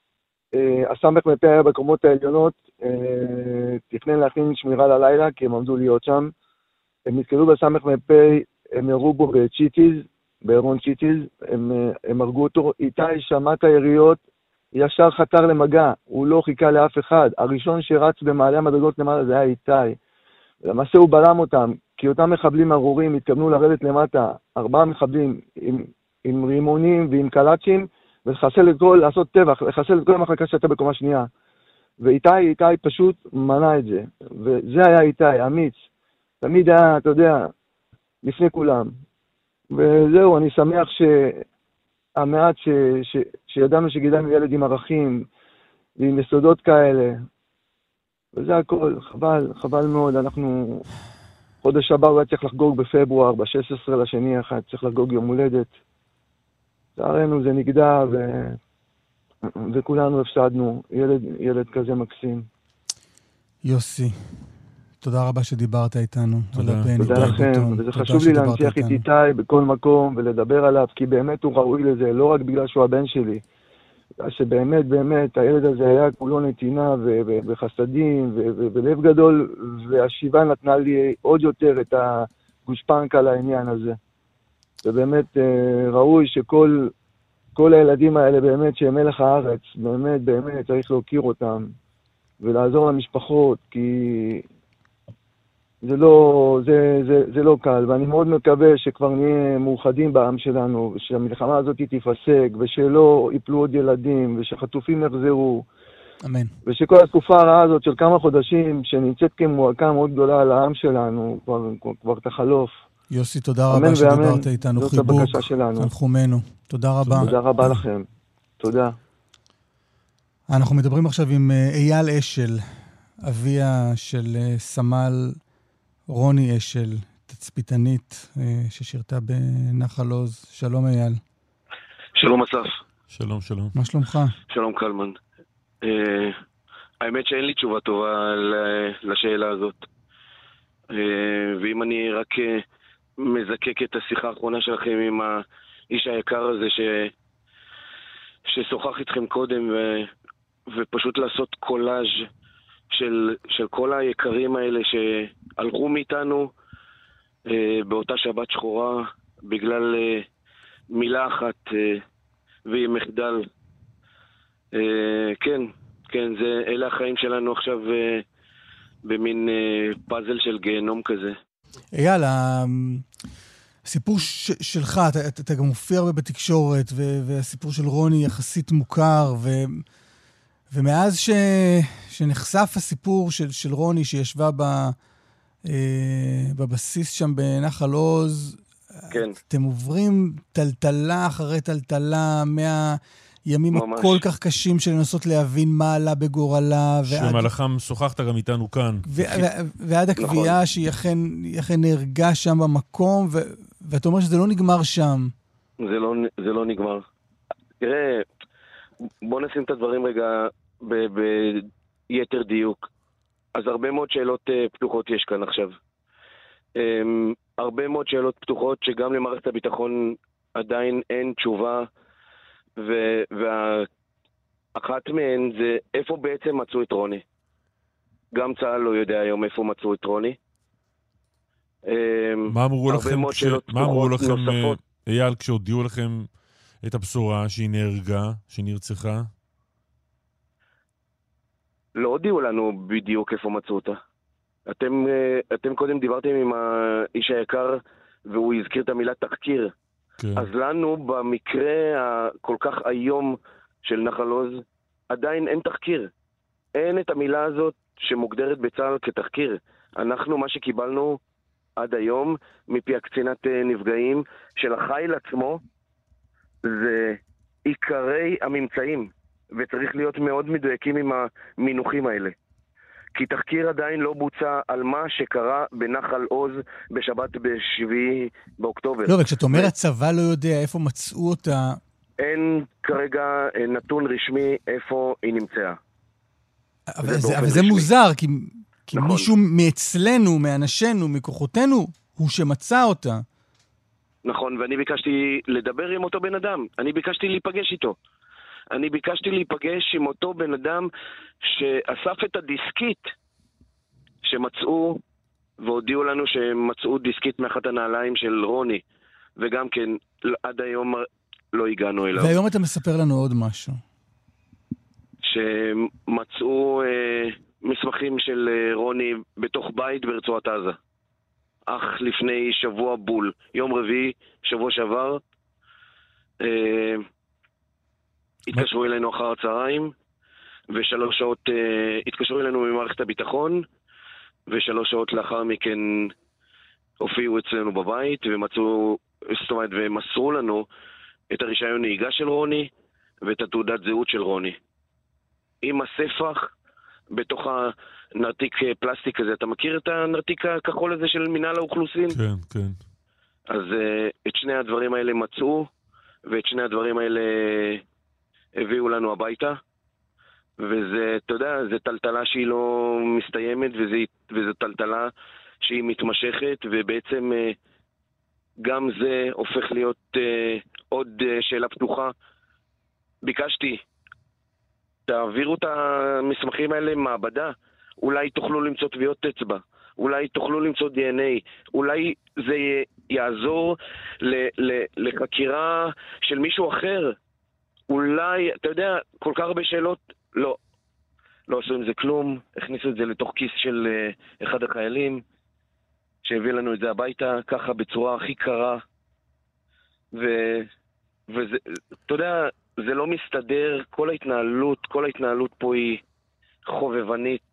הסמך מפה היה בקומות העליונות, תכנן להכין שמירה ללילה, כי הם עמדו להיות שם. הם נתקלו בסמך מפה, הם ירו בו באירון צ'יטיז, הם הרגו אותו. איתי שמע את היריות, ישר חתר למגע, הוא לא חיכה לאף אחד. הראשון שרץ במעלה המדרגות למעלה זה היה איתי. למעשה הוא בלם אותם, כי אותם מחבלים ארורים התכוונו לרדת למטה, 4 מחבלים עם רימונים ועם קלאצ'ים, ולחסל את כל, לעשות טבח, לחסל את כל המחלקה שהייתה בקומה שנייה. ואיתי פשוט מנע את זה. וזה היה איתי, אמיץ. תמיד היה, אתה יודע, לפני כולם. וזהו, אני שמח שהמעט שידענו שגידלנו ילד עם ערכים, ועם יסודות כאלה, וזה הכל, חבל מאוד. אנחנו, חודש הבא הוא היה צריך לחגוג בפברואר, ב-16/2, צריך לחגוג יום הולדת. לצערנו זה נגדע, וכולנו הפסדנו. ילד כזה מקסים. יוסי, תודה רבה שדיברת איתנו. תודה לכם, וזה חשוב לי להמשיך את איתי בכל מקום ולדבר עליו, כי באמת הוא ראוי לזה, לא רק בגלל שהוא הבן שלי. שבאמת, הילד הזה היה כולו נתינה וחסדים ולב גדול, והשיבה נתנה לי עוד יותר את הגושפנקה לעניין הזה. ובאמת ראוי שכל הילדים האלה באמת שהם מלח הארץ, באמת צריך להוקיר אותם ולעזור למשפחות, כי זה לא קל, ואני מאוד מקווה שכבר נהיה מאוחדים בעם שלנו, ושהמלחמה הזאת תיפסק, ושלא ייפלו עוד ילדים, ושחטופים יחזרו. אמן. ושכל התקופה הרעה הזאת של כמה חודשים, שנמצאת כמועקה מאוד גדולה על העם שלנו, כבר תחלוף. יוסי, תודה רבה שדיברת איתנו. זאת הבקשה שלנו. תנחומנו. תודה רבה. תודה רבה לכם. תודה. אנחנו מדברים עכשיו עם אייל אשל, אביה של סמל רוני אשל, תצפיתנית ששירתה בנחל עוז. שלום אייל. שלום אסף. שלום, שלום. מה שלומך? שלום קלמן. האמת שאין לי תשובה טובה לשאלה הזאת. ואם אני רק מזקק את השיחה האחרונה שלכם עם האיש היקר הזה ששוחח איתכם קודם, ופשוט לעשות קולאז' של כל היקרים האלה שהלכו מאיתנו באותה שבת שחורה בגלל מילה אחת והיא מחדל. כן, אלה החיים שלנו עכשיו במין פאזל של גיהנום כזה. אייל, הסיפור שלך, אתה גם מופיע הרבה בתקשורת, והסיפור של רוני יחסית מוכר, ומאז שנחשף הסיפור של רוני שישבה בבסיס שם בנחל עוז, כן. אתם עוברים טלטלה אחרי טלטלה מהימים הכל כך קשים של לנסות להבין מה עלה בגורלה. שמלאכם שוחחת גם איתנו כאן. ועד הקביעה שהיא אכן נהרגה שם במקום, ואתה אומר שזה לא נגמר שם. זה לא נגמר. תראה, בוא נשים את הדברים רגע ביתר דיוק. אז הרבה מאוד שאלות פתוחות יש כאן עכשיו. הרבה מאוד שאלות פתוחות שגם למערכת הביטחון עדיין אין תשובה, ואחת מהן זה איפה בעצם מצאו את רוני. גם צה"ל לא יודע היום איפה מצאו את רוני. מה אמרו לכם, אייל, כשהודיעו לכם את הבשורה שהיא נהרגה, שהיא נרצחה? לא הודיעו לנו בדיוק איפה מצאו אותה. אתם קודם דיברתם עם האיש היקר, והוא הזכיר את המילה תחקיר. כן. אז לנו, במקרה הכל כך היום של נחל עוז, עדיין אין תחקיר. אין את המילה הזאת שמוגדרת בצה"ל כתחקיר. אנחנו, מה שקיבלנו עד היום, מפי הקצינת נפגעים של החיל עצמו, זה עיקרי הממצאים. וצריך להיות מאוד מדויקים עם המינוחים האלה. כי תחקיר עדיין לא בוצע על מה שקרה בנחל עוז בשבת ב7 באוקטובר. לא, וכשאתה אומר הצבא לא יודע איפה מצאו אותה... אין כרגע נתון רשמי איפה היא נמצאה. אבל זה מוזר, כי נכון. מישהו מאצלנו, מאנשינו, מכוחותינו, הוא שמצא אותה. נכון, ואני ביקשתי לדבר עם אותו בן אדם. אני ביקשתי להיפגש איתו. אני ביקשתי להיפגש עם אותו בן אדם שאסף את הדיסקית שמצאו, והודיעו לנו שמצאו דיסקית מאחת הנעליים של רוני, וגם כן עד היום לא הגענו אליו. והיום אתה מספר לנו עוד משהו. שמצאו מסמכים של רוני בתוך בית ברצועת עזה. אך לפני שבוע בול, יום רביעי, שבוע שעבר, התקשרו אלינו אחר הצהריים, ו3 שעות התקשרו אלינו ממערכת הביטחון, ו3 שעות לאחר מכן הופיעו אצלנו בבית, ומסרו לנו את הרישיון נהיגה של רוני, ואת התעודת זהות של רוני. עם הספח בתוך הנרתיק פלסטיק הזה. אתה מכיר את הנרתיק הכחול הזה של מינהל האוכלוסין? כן, כן. אז את שני הדברים האלה מצאו, ואת שני הדברים האלה הביאו לנו הביתה, וזה, אתה יודע, זה טלטלה שהיא לא מסתיימת, וזו טלטלה שהיא מתמשכת, ובעצם גם זה הופך להיות עוד שאלה פתוחה. ביקשתי, תעבירו את המסמכים האלה למעבדה, אולי תוכלו למצוא טביעות אצבע, אולי תוכלו למצוא DNA, אולי זה יעזור לחקירה של מישהו אחר. אולי, אתה יודע, כל כך הרבה שאלות, לא עשו עם זה כלום, הכניסו את זה לתוך כיס של אחד החיילים, שהביא לנו את זה הביתה, ככה בצורה הכי קרה. וזה, אתה יודע, זה לא מסתדר, כל ההתנהלות פה היא חובבנית.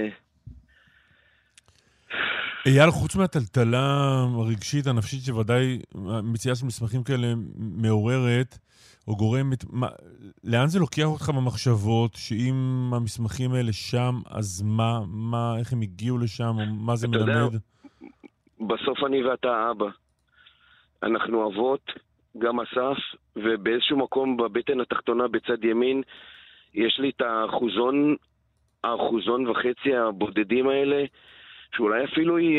אייל, חוץ מהטלטלה הרגשית, הנפשית, שוודאי מציאה של מסמכים כאלה מעוררת, או גורמת, לאן זה לוקח אותך במחשבות, שאם המסמכים האלה שם, אז מה, איך הם הגיעו לשם, או מה זה מלמד? יודע, בסוף אני ואתה אבא. אנחנו אבות, גם אסף, ובאיזשהו מקום בבטן התחתונה בצד ימין, יש לי את האחוזון וחצי הבודדים האלה, שאולי אפילו היא...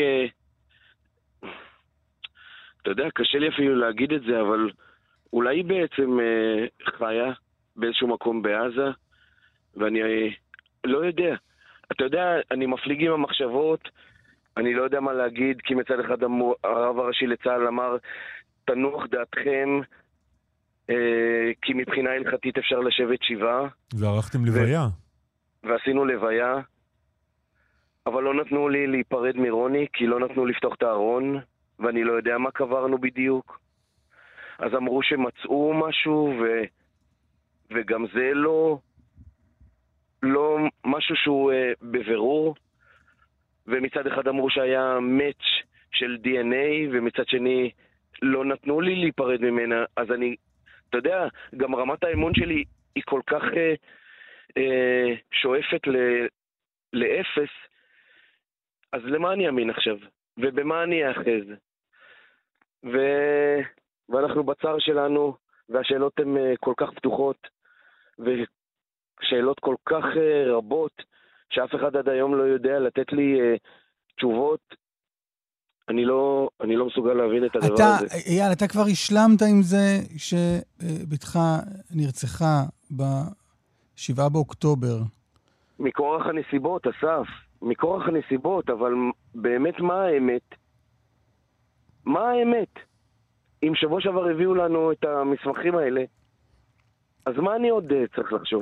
אתה יודע, קשה לי אפילו להגיד את זה, אבל אולי היא בעצם חיה באיזשהו מקום בעזה, ואני לא יודע. אתה יודע, אני מפליג עם המחשבות, אני לא יודע מה להגיד, כי מצד אחד הרב הראשי לצה"ל אמר, תנוח דעתכם, כי מבחינה הלכתית אפשר לשבת שבעה. וערכתם לוויה. ועשינו לוויה, אבל לא נתנו לי להיפרד מרוני, כי לא נתנו לפתוח את הארון, ואני לא יודע מה קברנו בדיוק. אז אמרו שמצאו משהו, וגם זה לא משהו שהוא בבירור. ומצד אחד אמרו שהיה מאץ' של DNA, ומצד שני לא נתנו לי להיפרד ממנה. אז אני, אתה יודע, גם רמת האמון שלי היא כל כך שואפת לאפס, אז למה אני אמין עכשיו? ובמה אני אאחז? ואנחנו בצער שלנו, והשאלות הן כל כך פתוחות, ושאלות כל כך רבות, שאף אחד עד היום לא יודע לתת לי תשובות. אני לא מסוגל להבין את הדבר הזה. אייל, אתה כבר השלמת עם זה שבתך נרצחה ב7 באוקטובר. מכורח הנסיבות, אסף. מכורח הנסיבות, אבל באמת מה האמת? מה האמת? אם שבוע שעבר הביאו לנו את המסמכים האלה, אז מה אני עוד צריך לחשוב?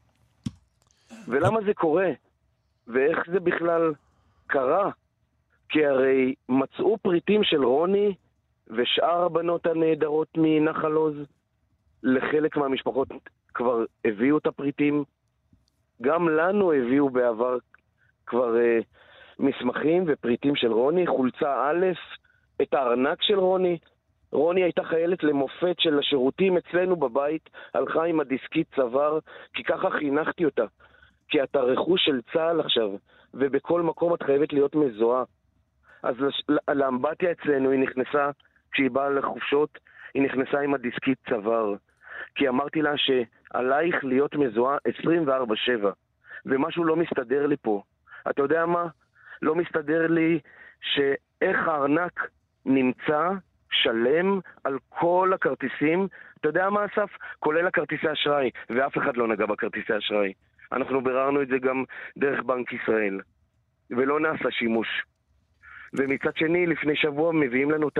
ולמה זה קורה? ואיך זה בכלל קרה? כי הרי מצאו פריטים של רוני ושאר הבנות הנהדרות מנחל עוז. לחלק מהמשפחות כבר הביאו את הפריטים. גם לנו הביאו בעבר כבר מסמכים ופריטים של רוני. חולצה א', את הארנק של רוני. רוני הייתה חיילת למופת של השירותים אצלנו בבית, הלכה עם הדיסקית צוואר, כי ככה חינכתי אותה. כי אתה רכוש של צה"ל עכשיו, ובכל מקום את חייבת להיות מזוהה. אז לאמבטיה אצלנו היא נכנסה, כשהיא באה לחופשות, היא נכנסה עם הדיסקית צוואר. כי אמרתי לה שעלייך להיות מזוהה 24/7, ומשהו לא מסתדר לי פה. אתה יודע מה? לא מסתדר לי שאיך הארנק נמצא שלם על כל הכרטיסים. אתה יודע מה, אסף? כולל הכרטיסי אשראי, ואף אחד לא נגע בכרטיסי אשראי. אנחנו ביררנו את זה גם דרך בנק ישראל, ולא נעשה שימוש. ומצד שני, לפני שבוע מביאים לנו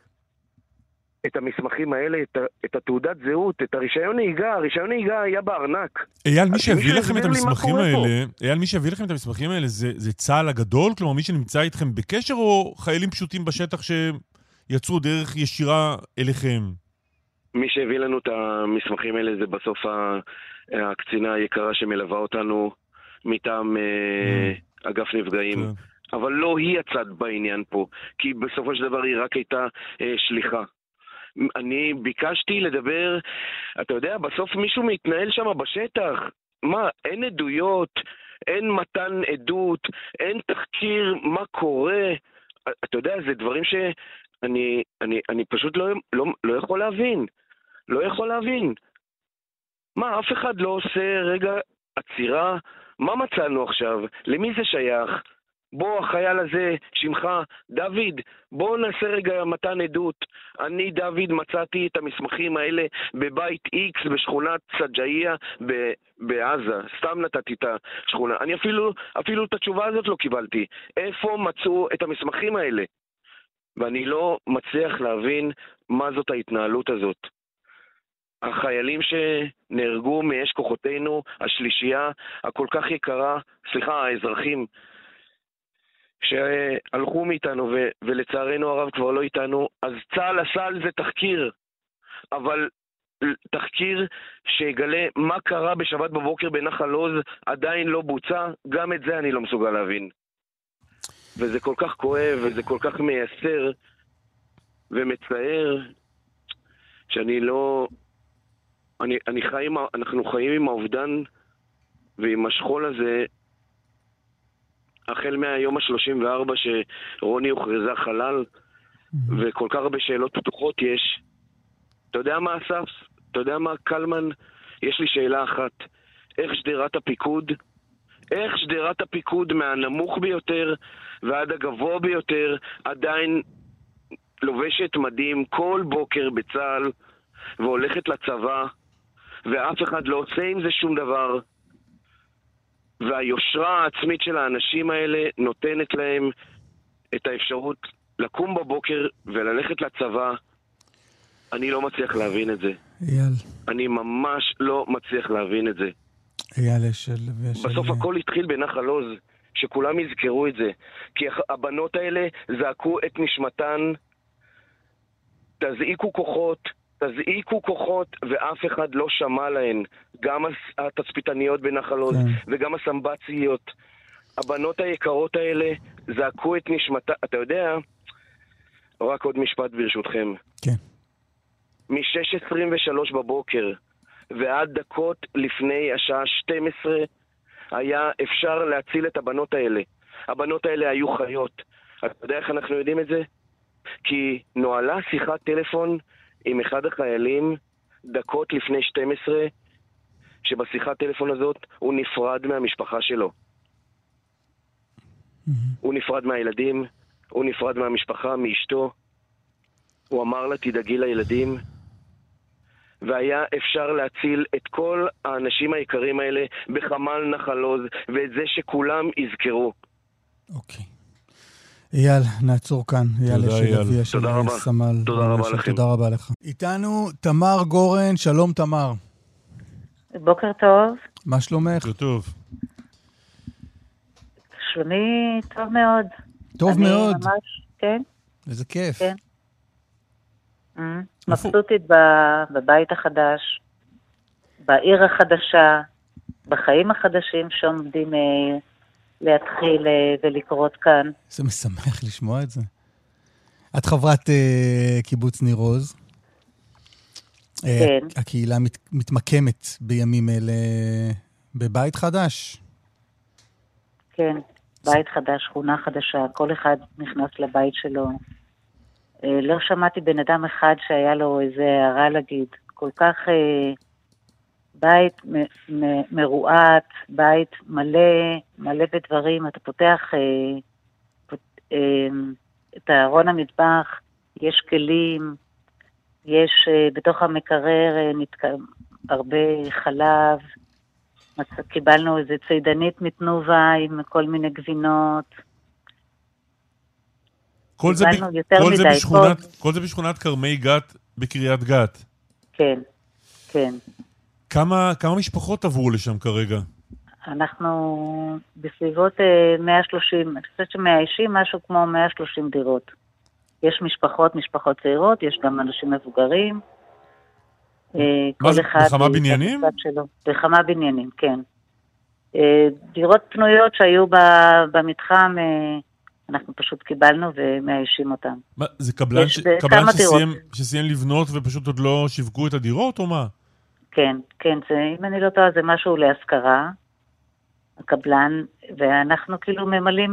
את המסמכים האלה, את התעודת זהות, את הרישיון נהיגה. הרישיון נהיגה היה בארנק. אייל, מי שהביא לכם את המסמכים האלה, מי שהביא לכם את המסמכים האלה, זה צה"ל הגדול? כלומר, מי שנמצא איתכם בקשר, או חיילים פשוטים בשטח שיצרו דרך ישירה אליכם? מי שהביא לנו את המסמכים האלה זה בסוף הקצינה היקרה שמלווה אותנו מטעם אגף נפגעים. אבל לא היא הצד בעניין פה, כי בסופו של דבר היא רק הייתה שליחה. אני ביקשתי לדבר, אתה יודע, בסוף מישהו מתנהל שם בשטח. מה, אין עדויות, אין מתן עדות, אין תחקיר, מה קורה? אתה יודע, זה דברים שאני פשוט לא יכול להבין. לא יכול להבין. מה, אף אחד לא עושה רגע עצירה? מה מצאנו עכשיו? למי זה שייך? בוא, החייל הזה, שמך, דוד, בוא נעשה רגע מתן עדות. אני, דוד, מצאתי את המסמכים האלה בבית X בשכונת סג'איה בעזה. סתם נתתי את השכונה. אני אפילו את התשובה הזאת לא קיבלתי. איפה מצאו את המסמכים האלה? ואני לא מצליח להבין מה זאת ההתנהלות הזאת. החיילים שנהרגו מאש כוחותינו, השלישייה הכל כך יקרה, סליחה, האזרחים, שהלכו מאיתנו ולצערנו הרב כבר לא איתנו, אז צה"ל עשה על זה תחקיר, אבל תחקיר שיגלה מה קרה בשבת בבוקר בנחל עוז עדיין לא בוצע, גם את זה אני לא מסוגל להבין. וזה כל כך כואב, וזה כל כך מייסר ומצער, שאני לא... אנחנו חיים עם האובדן ועם השכול הזה, החל מהיום ה-34 שרוני הוכרזה חלל, וכל כך הרבה שאלות פתוחות יש. אתה יודע מה, אסף? אתה יודע מה, קלמן? יש לי שאלה אחת. איך שדרת הפיקוד מהנמוך ביותר ועד הגבוה ביותר עדיין לובשת מדים כל בוקר בצה"ל והולכת לצבא, ואף אחד לא עושה עם זה שום דבר, והיושרה העצמית של האנשים האלה נותנת להם את האפשרות לקום בבוקר וללכת לצבא. אני לא מצליח להבין את זה. אייל. אני ממש לא מצליח להבין את זה. אייל בסוף הכל התחיל בנחל עוז, שכולם יזכרו את זה. כי הבנות האלה זעקו את נשמתן, תזעיקו כוחות, ואף אחד לא שמע להן. גם התצפיתניות בנחל עוז, וגם הסמבציות. הבנות היקרות האלה זעקו את נשמתן. אתה יודע, רק עוד משפט ברשותכם. כן. מ-6:23 בבוקר ועד דקות לפני השעה 12 היה אפשר להציל את הבנות האלה. הבנות האלה היו חיות. אתה יודע איך אנחנו יודעים את זה? כי נועלה שיחת טלפון עם אחד החיילים דקות לפני 12, שבשיחת טלפון הזאת הוא נפרד מהמשפחה שלו. הוא נפרד מהילדים, הוא נפרד מהמשפחה, מאשתו. הוא אמר לה, תדאגי לילדים. והיה אפשר להציל את כל האנשים היקרים האלה בחמ"ל נחל עוז, ואת זה שכולם יזכרו. אוקיי. אייל, נעצור כאן. תודה אייל. תודה רבה. תודה רבה לכם. תודה רבה לך. איתנו תמר גורן, שלום תמר. בוקר טוב. מה שלומך? טוב. שלומי טוב מאוד. טוב מאוד. ממש, כן. איזה כיף. כן. מבסוטית בבית החדש, בעיר החדשה, בחיים החדשים שעומדים להתחיל ולקרות כאן. זה משמח לשמוע את זה. את חברת קיבוץ ניר עוז. כן. הקהילה מתמקמת בימים אלה בבית חדש. כן, בית חדש, שכונה חדשה, כל אחד נכנס לבית שלו. לא שמעתי בן אדם אחד שהיה לו איזה הערה להגיד. כל כך בית מרועט, בית מלא בדברים. אתה פותח את ארון המטבח, יש כלים, יש בתוך המקרר הרבה חלב. קיבלנו איזה צידנית מתנובה עם כל מיני גבינות. כל זה בשכונת קרמי גת בקריית גת. כן, כן. כמה משפחות עברו לשם כרגע? אנחנו בסביבות 130, אני חושבת שמאיישים משהו כמו 130 דירות. יש משפחות צעירות, יש גם אנשים מבוגרים. מה זה, בכמה בניינים? בכמה בניינים, כן. דירות פנויות שהיו במתחם, אנחנו פשוט קיבלנו ומאיישים אותם. מה, זה קבלן שסיים לבנות ופשוט עוד לא שיווקו את הדירות או מה? כן, כן, אם אני לא טועה זה משהו להשכרה, הקבלן, ואנחנו כאילו ממלאים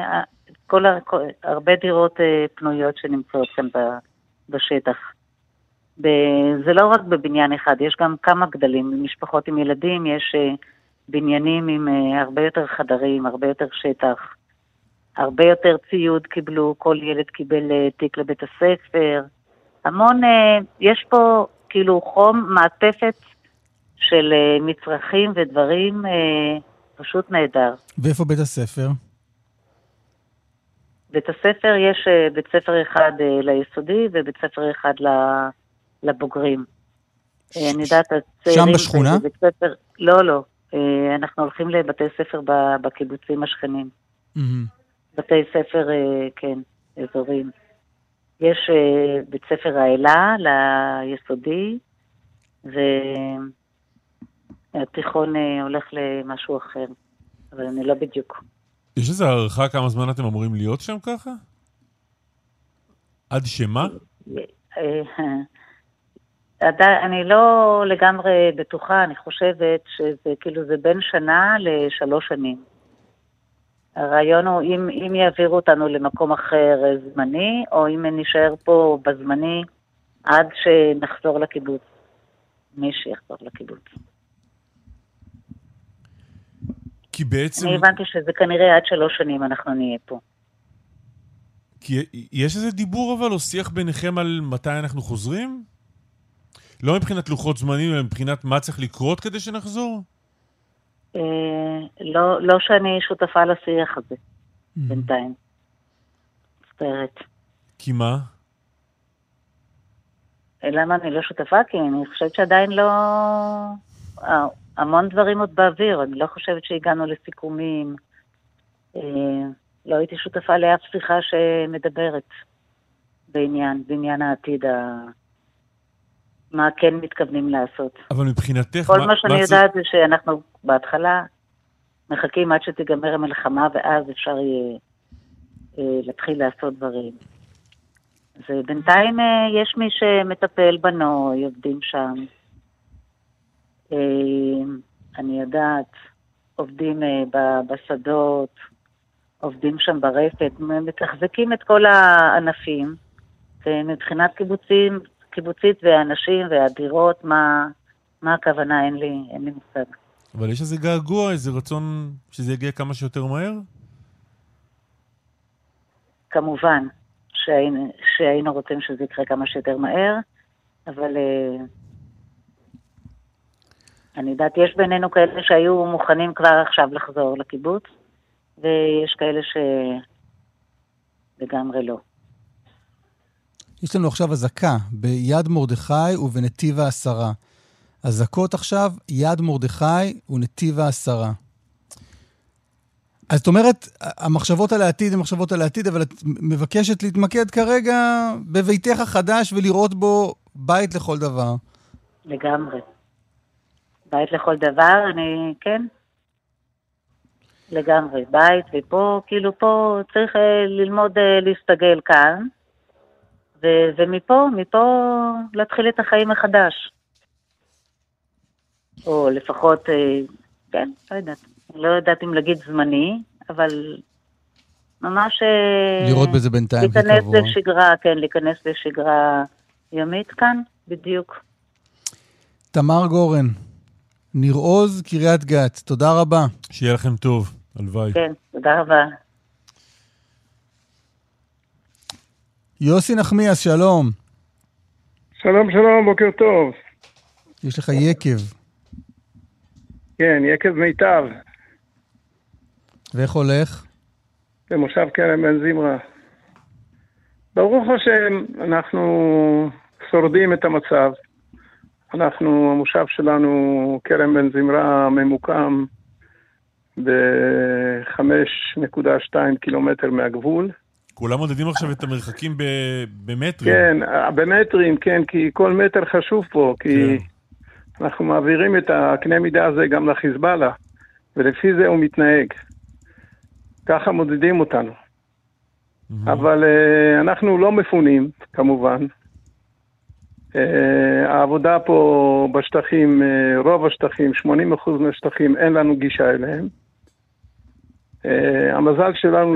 הרבה דירות פנויות שנמצאות כאן בשטח. זה לא רק בבניין אחד, יש גם כמה גדלים, משפחות עם ילדים, יש בניינים עם הרבה יותר חדרים, הרבה יותר שטח, הרבה יותר ציוד קיבלו, כל ילד קיבל תיק לבית הספר, המון, יש פה כאילו חום, מעטפת של מצרכים ודברים, פשוט נהדר. ואיפה בית הספר? בית הספר יש בית ספר אחד ליסודי ובית ספר אחד לבוגרים. אני יודעת, שם בשכונה? לא, אנחנו הולכים לבתי ספר בקיבוצים השכנים. בתי ספר, כן, אזורים. יש בית ספר האלה ליסודי, והתיכון הולך למשהו אחר, אבל אני לא בדיוק. יש איזו הערכה כמה זמן אתם אמורים להיות שם ככה? עד שמה? אני לא לגמרי בטוחה, אני חושבת שזה כאילו זה בין שנה ל3 שנים. הרעיון הוא אם יעבירו אותנו למקום אחר זמני, או אם נשאר פה בזמני עד שנחזור לקיבוץ. מי שיחזור לקיבוץ. כי בעצם... אני הבנתי שזה כנראה עד 3 שנים אנחנו נהיה פה. כי יש איזה דיבור אבל או שיח ביניכם על מתי אנחנו חוזרים? לא מבחינת לוחות זמנים, אלא מבחינת מה צריך לקרות כדי שנחזור? לא שאני שותפה לשיח הזה, בינתיים. מצטערת. כי מה? למה אני לא שותפה? כי אני חושבת שעדיין לא... המון דברים עוד באוויר, אני לא חושבת שהגענו לסיכומים. לא הייתי שותפה לאף שיחה שמדברת בעניין העתיד, מה כן מתכוונים לעשות. אבל מבחינתך... כל מה שאני יודעת זה שאנחנו בהתחלה מחכים עד שתיגמר המלחמה, ואז אפשר יהיה להתחיל לעשות דברים. ובינתיים יש מי שמטפל בנו, עובדים שם. אני יודעת, עובדים בשדות, עובדים שם ברפת, מתחזקים את כל הענפים, ומבחינת קיבוצית והאנשים והדירות, מה הכוונה, אין לי מושג. אבל יש איזה געגוע, איזה רצון שזה יגיע כמה שיותר מהר? כמובן שהיינו רוצים שזה יקרה כמה שיותר מהר, אבל אני יודעת, יש בינינו כאלה שהיו מוכנים כבר עכשיו לחזור לקיבוץ, ויש כאלה שלגמרי לא. יש לנו עכשיו אזעקה ביד מרדכי ובנתיב העשרה. אזעקות עכשיו, יד מרדכי ונתיב העשרה. אז זאת אומרת, המחשבות על העתיד הן מחשבות על העתיד, אבל את מבקשת להתמקד כרגע בביתך החדש ולראות בו בית לכל דבר. לגמרי. בית לכל דבר, אני, כן. לגמרי. בית, ופה, כאילו פה צריך ללמוד להסתגל כאן, ומפה להתחיל את החיים מחדש. או לפחות, כן, לא יודעת. לא יודעת אם להגיד זמני, אבל ממש... לראות בזה בינתיים כקבוע. להיכנס לשגרה, כן, להיכנס לשגרה יומית כאן, בדיוק. תמר גורן, ניר עוז, קריית גת, תודה רבה. שיהיה לכם טוב, הלוואי. כן, תודה רבה. יוסי נחמיאס, שלום. שלום, שלום, בוקר טוב. יש לך יקב. כן, יקב מיטב. ואיך הולך? במושב כרם בן זמרה. ברוך השם, אנחנו שורדים את המצב. המושב שלנו, כרם בן זמרה, ממוקם ב-5.2 קילומטר מהגבול. כולם מודדים עכשיו את המרחקים במטרים. כן, במטרים, כן, כי כל מטר חשוב פה, כי אנחנו מעבירים את הקנה מידה הזה גם לחיזבאללה, ולפי זה הוא מתנהג. ככה מודדים אותנו. אבל אנחנו לא מפונים, כמובן. העבודה פה בשטחים, רוב השטחים, 80% מהשטחים, אין לנו גישה אליהם. המזל שלנו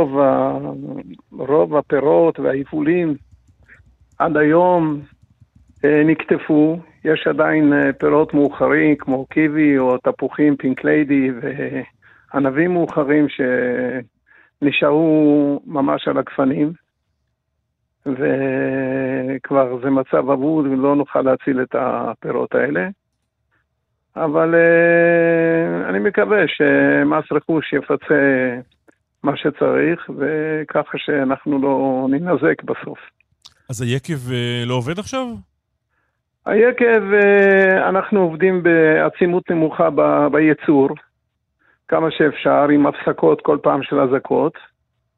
שרוב הפירות והיבולים עד היום נקטפו. יש עדיין פירות מאוחרים כמו קיבי או תפוחים פינק ליידי וענבים מאוחרים שנשארו ממש על הכפנים, וכבר זה מצב אבוד ולא נוכל להציל את הפירות האלה. אבל אני מקווה שמס רכוש יפצה מה שצריך, וככה שאנחנו לא ננזק בסוף. אז היקב לא עובד עכשיו? היקב, אנחנו עובדים בעצימות נמוכה בייצור, כמה שאפשר, עם הפסקות כל פעם של אזעקות.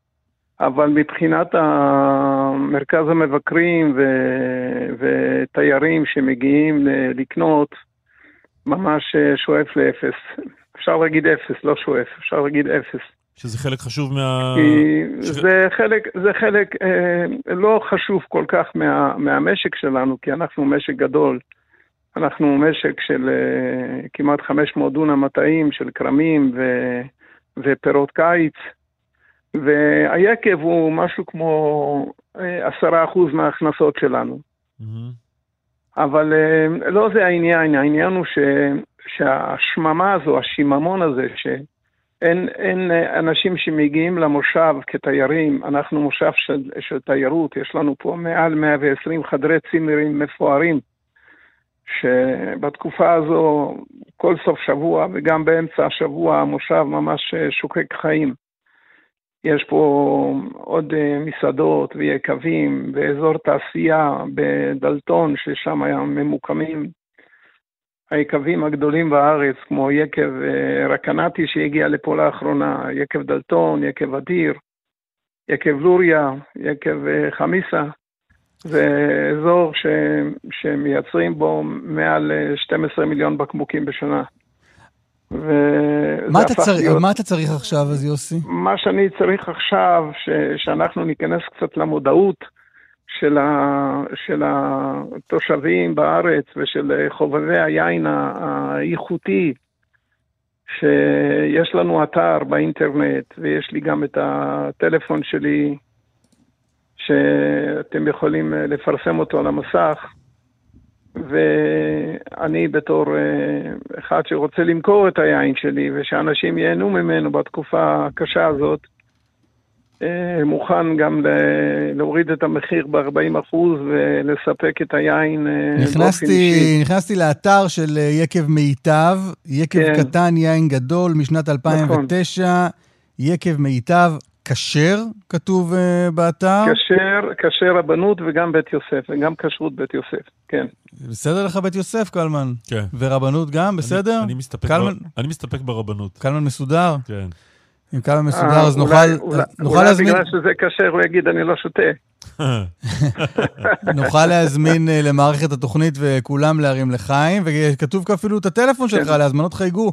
אבל מבחינת מרכז המבקרים ותיירים שמגיעים לקנות, ממש שואף לאפס. אפשר להגיד אפס, לא שואף, אפשר להגיד אפס. שזה חלק חשוב זה חלק לא חשוב כל כך מהמשק שלנו, כי אנחנו משק גדול. אנחנו משק של כמעט 500 דונם מטעים של קרמים ופירות קיץ, והיקב הוא משהו כמו 10% מההכנסות שלנו. אבל לא זה העניין, העניין הוא שהשממה הזו, השיממון הזה, שאין אנשים שמגיעים למושב כתיירים, אנחנו מושב של תיירות, יש לנו פה מעל 120 חדרי צימרים מפוארים, שבתקופה הזו, כל סוף שבוע וגם באמצע השבוע, המושב ממש שוקק חיים. יש פה עוד מסעדות ויקבים באזור תעשייה בדלתון, ששם היה ממוקמים היקבים הגדולים בארץ, כמו יקב רקנתי שהגיע לפה לאחרונה, יקב דלתון, יקב אדיר, יקב לוריה, יקב חמיסה. זה אזור שמייצרים בו מעל 12 מיליון בקבוקים בשנה. מה אתה צריך עכשיו, אז יוסי? מה שאני צריך עכשיו, שאנחנו ניכנס קצת למודעות של התושבים בארץ ושל חובבי היין האיכותי, שיש לנו אתר באינטרנט, ויש לי גם את הטלפון שלי, שאתם יכולים לפרסם אותו על המסך, ואני בתור אחד שרוצה למכור את היין שלי, ושאנשים ייהנו ממנו בתקופה הקשה הזאת, מוכן גם להוריד את המחיר ב-40% ולספק את היין באופן אישי. נכנסתי לאתר של יקב מיטב, יקב קטן יין גדול משנת 2009, יקב מיטב כשר, כתוב באתר. כשר רבנות וגם בית יוסף, וגם כשרות בית יוסף, כן. בסדר לך בית יוסף, קלמן? כן. ורבנות גם, בסדר? אני מסתפק ברבנות. קלמן מסודר? כן. אם קלמן מסודר, אז נוכל להזמין... אולי בגלל שזה כשר, הוא יגיד, אני לא שותה. נוכל להזמין למערכת התוכנית וכולם להרים לחיים, וכתוב אפילו את הטלפון שלך, להזמנות חייגו,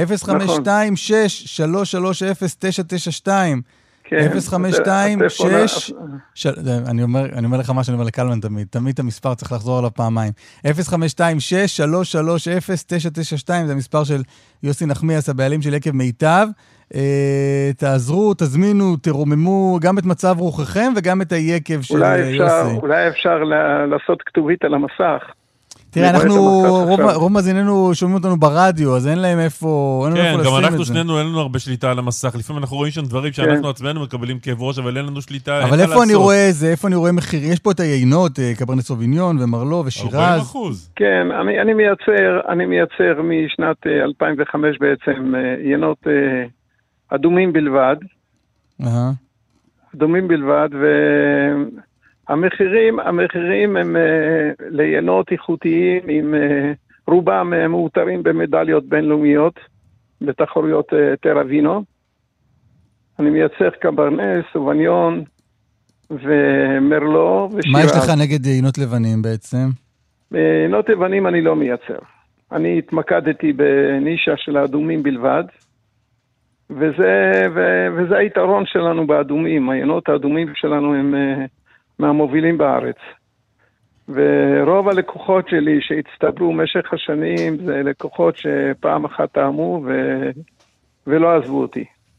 052-6-330-992. 052-6... אני אומר לך מה שאני אומר לקלמן תמיד המספר צריך לחזור עליו פעמיים. 052-6-330-992, זה המספר של יוסי נחמיאס, הבעלים של יקב מיטב. תעזרו, תזמינו, תרוממו גם את מצב רוחכם וגם את היקב של יוסי. אולי אפשר לעשות כתובית על המסך. תראה, רוב מאזיננו שומעים אותנו ברדיו, אז אין להם איפה לשים את זה. כן, גם אנחנו שנינו, אין לנו הרבה שליטה על המסך. לפעמים אנחנו רואים שם דברים שאנחנו עצמנו מקבלים כאב ראש, אבל אין לנו שליטה. אבל איפה אני רואה זה? איפה אני רואה מחיר? יש פה את היינות, קברנט סוביניון ומרלו ושירז. 40%. כן, אני מייצר משנת 2005 בעצם יינות אדומים בלבד. אדומים בלבד, המחירים הם ליינות איכותיים, עם רובם מאותרים במדליות בינלאומיות, בתחרויות טראבינו. אני מייצר קברנט, סוביניון ומרלו ושירז. מה יש לך נגד יינות לבנים בעצם? יינות לבנים אני לא מייצר. אני התמקדתי בנישה של האדומים בלבד, וזה היתרון שלנו באדומים. היינות האדומים שלנו הם מהמובילים בארץ. ורוב הלקוחות שלי שהצטברו במשך השנים, זה לקוחות שפעם אחת טעמו ולא עזבו אותי.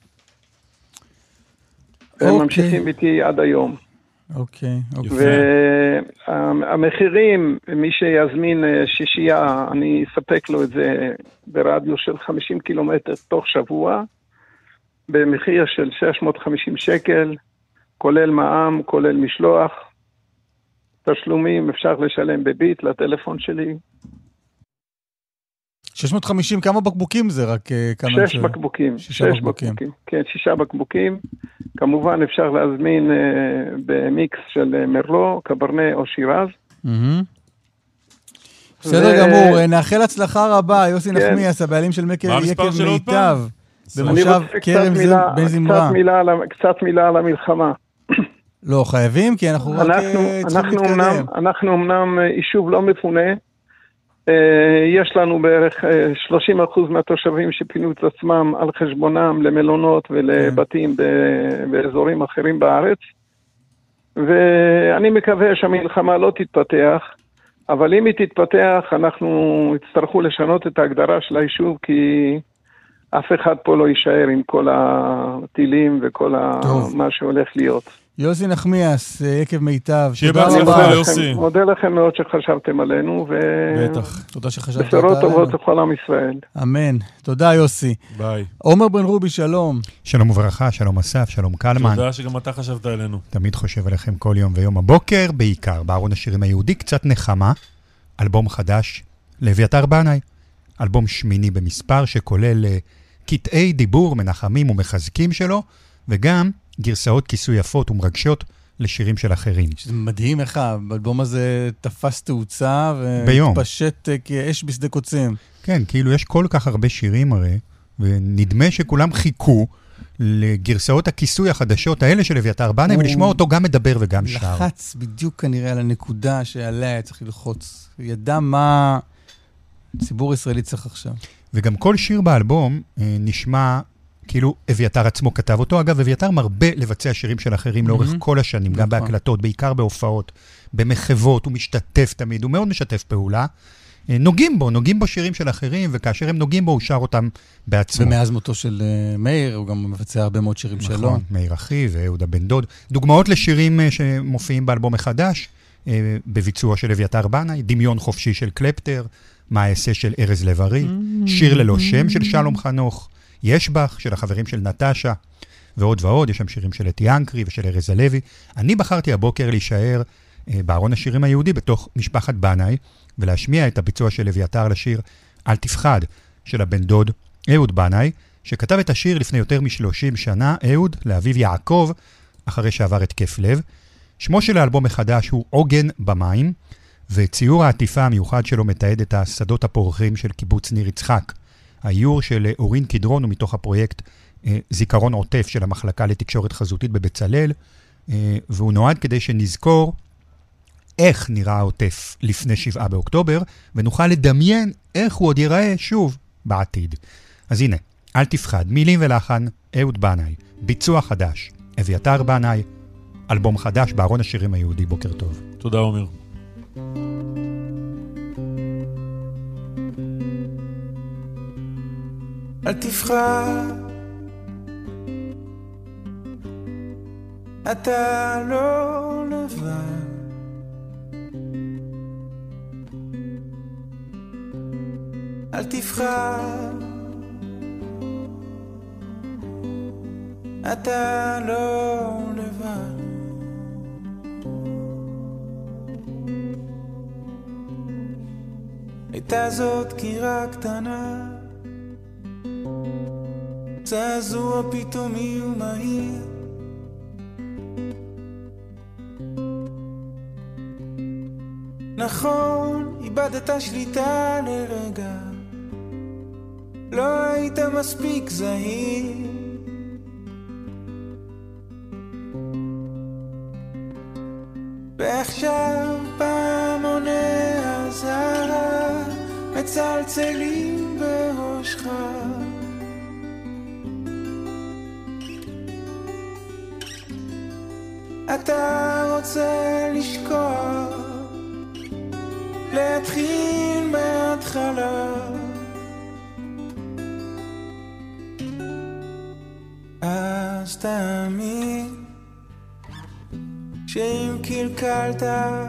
הם ממשיכים איתי עד היום. אוקיי. והמחירים, מי שיזמין שישייה, אני אספק לו את זה ברדיוס של 50 קילומטר תוך שבוע, במחיר של 650 שקל, כולל מע"מ, כולל משלוח. תשלומים אפשר לשלם בביט לטלפון שלי. 650, כמה בקבוקים זה רק? 6 בקבוקים. 6 בקבוקים. כן, 6 בקבוקים. כמובן אפשר להזמין במיקס של מרלו, קברנה או שירז. בסדר גמור, נאחל הצלחה רבה, יוסי נחמיאס, הבעלים של יקב מיטב. במושב כרם בן זמרה. קצת מילה על המלחמה. לא חייבים, כי אנחנו רק צריכים להתקדם. אנחנו אמנם יישוב לא מפונה, יש לנו בערך 30% מהתושבים שפינו את עצמם על חשבונם למלונות ולבתים באזורים אחרים בארץ, ואני מקווה שהמלחמה לא תתפתח, אבל אם היא תתפתח, אנחנו יצטרכו לשנות את ההגדרה של היישוב, כי אף אחד פה לא יישאר עם כל הטילים וכל מה שהולך להיות. יוסי נחמיאס, יקב מיטב. שיהיה בהצלחה, יוסי. מודה לכם מאוד שחשבתם עלינו, בטח, תודה שחשבת בשורות טובות לכל עם ישראל. אמן. תודה, יוסי. ביי. עומר בן רובי, שלום. שלום וברכה, שלום אסף, שלום קלמן. תודה שגם אתה חשבת עלינו. תמיד חושב עליכם כל יום ויום. הבוקר, בעיקר, בארון השירים היהודי, קצת נחמה, אלבום חדש, לאביתר בנאי. אלבום שמיני במספר שכולל קטעי דיבור מנחמים ומחזקים שלו, וגם גרסאות כיסוי יפות ומרגשות לשירים של אחרים. זה מדהים איך האלבום הזה תפס תאוצה והתפשט כאש בשדה קוצים. כן, כאילו יש כל כך הרבה שירים הרי, ונדמה שכולם חיכו לגרסאות הכיסוי החדשות האלה של אביתר בנאי, ולשמוע אותו גם מדבר וגם שר. לחץ בדיוק כנראה על הנקודה שעליה צריך ללחוץ. הוא ידע מה ציבור ישראלי צריך עכשיו. וגם כל שיר באלבום נשמע כאילו אביתר עצמו כתב אותו. אגב, אביתר מרבה לבצע שירים של אחרים לאורך כל השנים, גם בהקלטות, בעיקר בהופעות, במחוות, הוא משתתף תמיד, הוא מאוד משתף פעולה. נוגעים בו שירים של אחרים, וכאשר הם נוגעים בו, הוא שר אותם בעצמו. ומאז מותו של מאיר, הוא גם מבצע הרבה מאוד שירים שלו. נכון, מאיר אחי ויהודה בן דוד. דוגמאות לשירים שמופיעים באלבום החדש, בביצוע של אביתר בנאי, דמיון חופשי של קלפטר, מה העשה של ארז לב-ארי, שיר ללא שם של שלום חנוך, יש בך של החברים של נטשה, ועוד ועוד, יש שם שירים של אתי אנקרי ושל ארז הלוי. אני בחרתי הבוקר להישאר בארון השירים היהודי בתוך משפחת בנאי, ולהשמיע את הביצוע של אביתר לשיר אל תפחד של הבן דוד אהוד בנאי, שכתב את השיר לפני יותר מ-30 שנה, אהוד, לאביו יעקב, אחרי שעבר התקף לב. שמו של האלבום החדש הוא עוגן במים, וציור העטיפה המיוחד שלו מתעד את השדות הפורחים של קיבוץ ניר יצחק. האיור של אורין קדרון הוא מתוך הפרויקט זיכרון עוטף של המחלקה לתקשורת חזותית בבצלאל, והוא נועד כדי שנזכור איך נראה העוטף לפני 7 באוקטובר, ונוכל לדמיין איך הוא עוד ייראה שוב בעתיד. אז הנה, אל תפחד, מילים ולחן, אהוד בנאי, ביצוע חדש, אביתר בנאי, אלבום חדש בארון השירים היהודי. בוקר טוב. תודה עומר. אל תפחד, אתה לא לבד, אל תפחד, אתה לא לבד, הייתה זאת קירה קטנה, זעזוע פתאומי ומהיר, נכון, איבדת שליטה לרגע, לא היית מספיק זהיר, ועכשיו פעמוני הזהב מצלצלים בראשך, אתה רוצה לשכוח, להתחיל מההתחלה, אז תאמין שאם קלקלת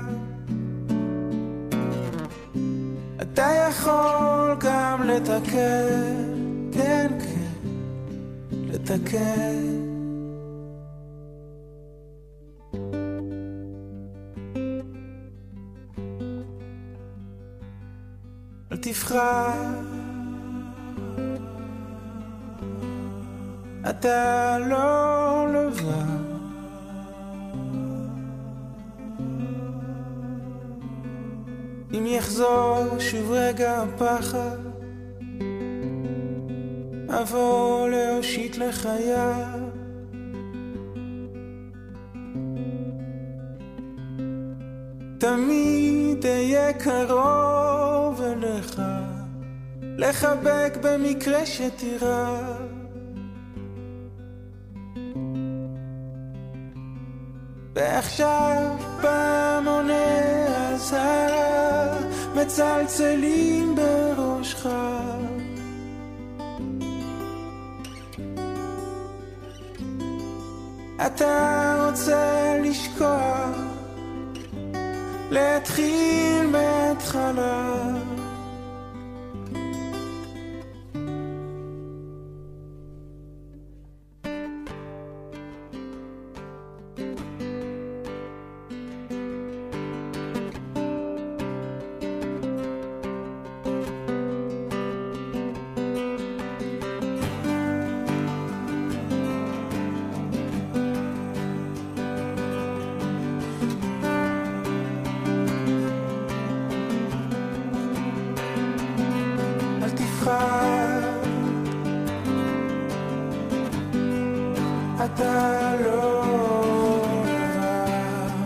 אתה יכול גם לתקן, כן כן, לתקן. אל תפחד, אתה לא לבד, אם יחזור שוב רגע הפחד, אבוא להושיט לחייו, תמיד אהיה קרוב אליך, לחבק במקרה שתירא. ועכשיו פעמוני הזהב מצלצלים בראשך, אתה רוצה לשכוח, להתחיל מההתחלה. אתה לא לבד,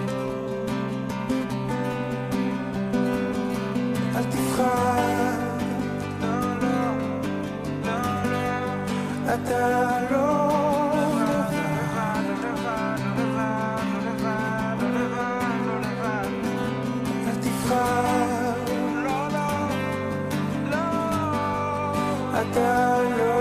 אל תפחד, אתה לא אל תפחד, אתה לא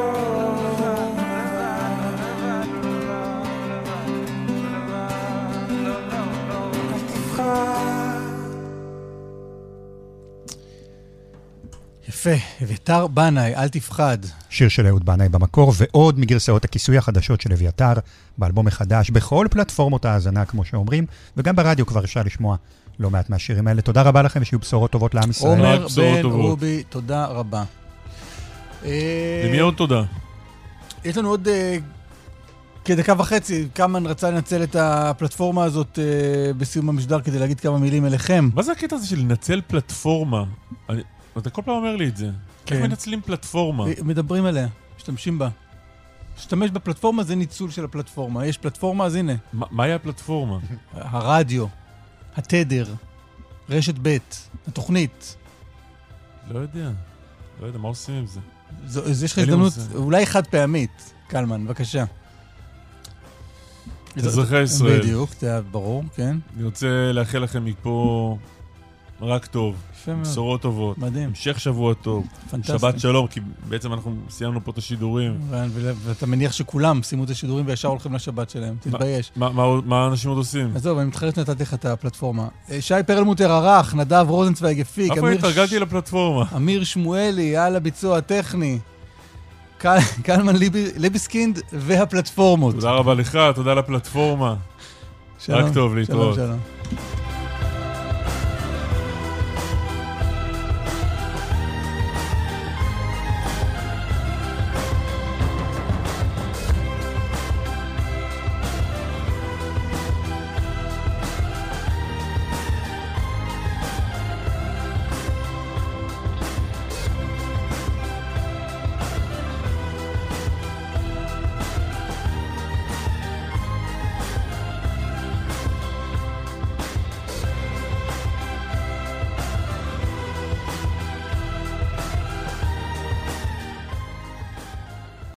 יפה, אביתר בנאי, אל תפחד. שיר של אהוד בנאי במקור, ועוד מגרסאות הכיסוי החדשות של אביתר, באלבום החדש, בכל פלטפורמות ההאזנה, כמו שאומרים, וגם ברדיו כבר אפשר לשמוע לא מעט מהשירים האלה. תודה רבה לכם, ושיהיו בשורות טובות לעם ישראל. עומר בן רובי, תודה רבה. למי עוד תודה? יש לנו עוד כדקה וחצי, כמה רצה לנצל את הפלטפורמה הזאת בסיום המשדר כדי להגיד כמה מילים אליכם. מה זה הקטע הזה של לנצל פלטפורמה? אתה כל פעם אומר לי את זה. איך מנצלים פלטפורמה? מדברים עליה, משתמשים בה. משתמש בפלטפורמה זה ניצול של הפלטפורמה. יש פלטפורמה, אז הנה. מהי הפלטפורמה? הרדיו, התדר, רשת ב', התוכנית. לא יודע, מה עושים עם זה? אז יש לך הזדמנות, אולי חד פעמית. קלמן, בבקשה. אזרחי ישראל. בדיוק, זה ברור, כן. אני רוצה לאחל לכם מפה רק טוב. בשורות טובות. מדהים. המשך שבוע טוב. פנטסטי. שבת שלום, כי בעצם אנחנו סיימנו פה את השידורים. ואתה מניח שכולם סיימו את השידורים וישר הולכים לשבת שלהם. תתבייש. מה אנשים עוד עושים? אז זהו, אני מתחרט נתתי לך את הפלטפורמה. שי פרלמוטר ערך, נדב רוזנצוויג הפיק. איפה התרגלתי לפלטפורמה? אמיר שמואלי, על הביצוע הטכני. קלמן ליבסקינד והפלטפורמות. תודה רבה לך, תודה לפלטפורמה. רק טוב להתראות. שלום.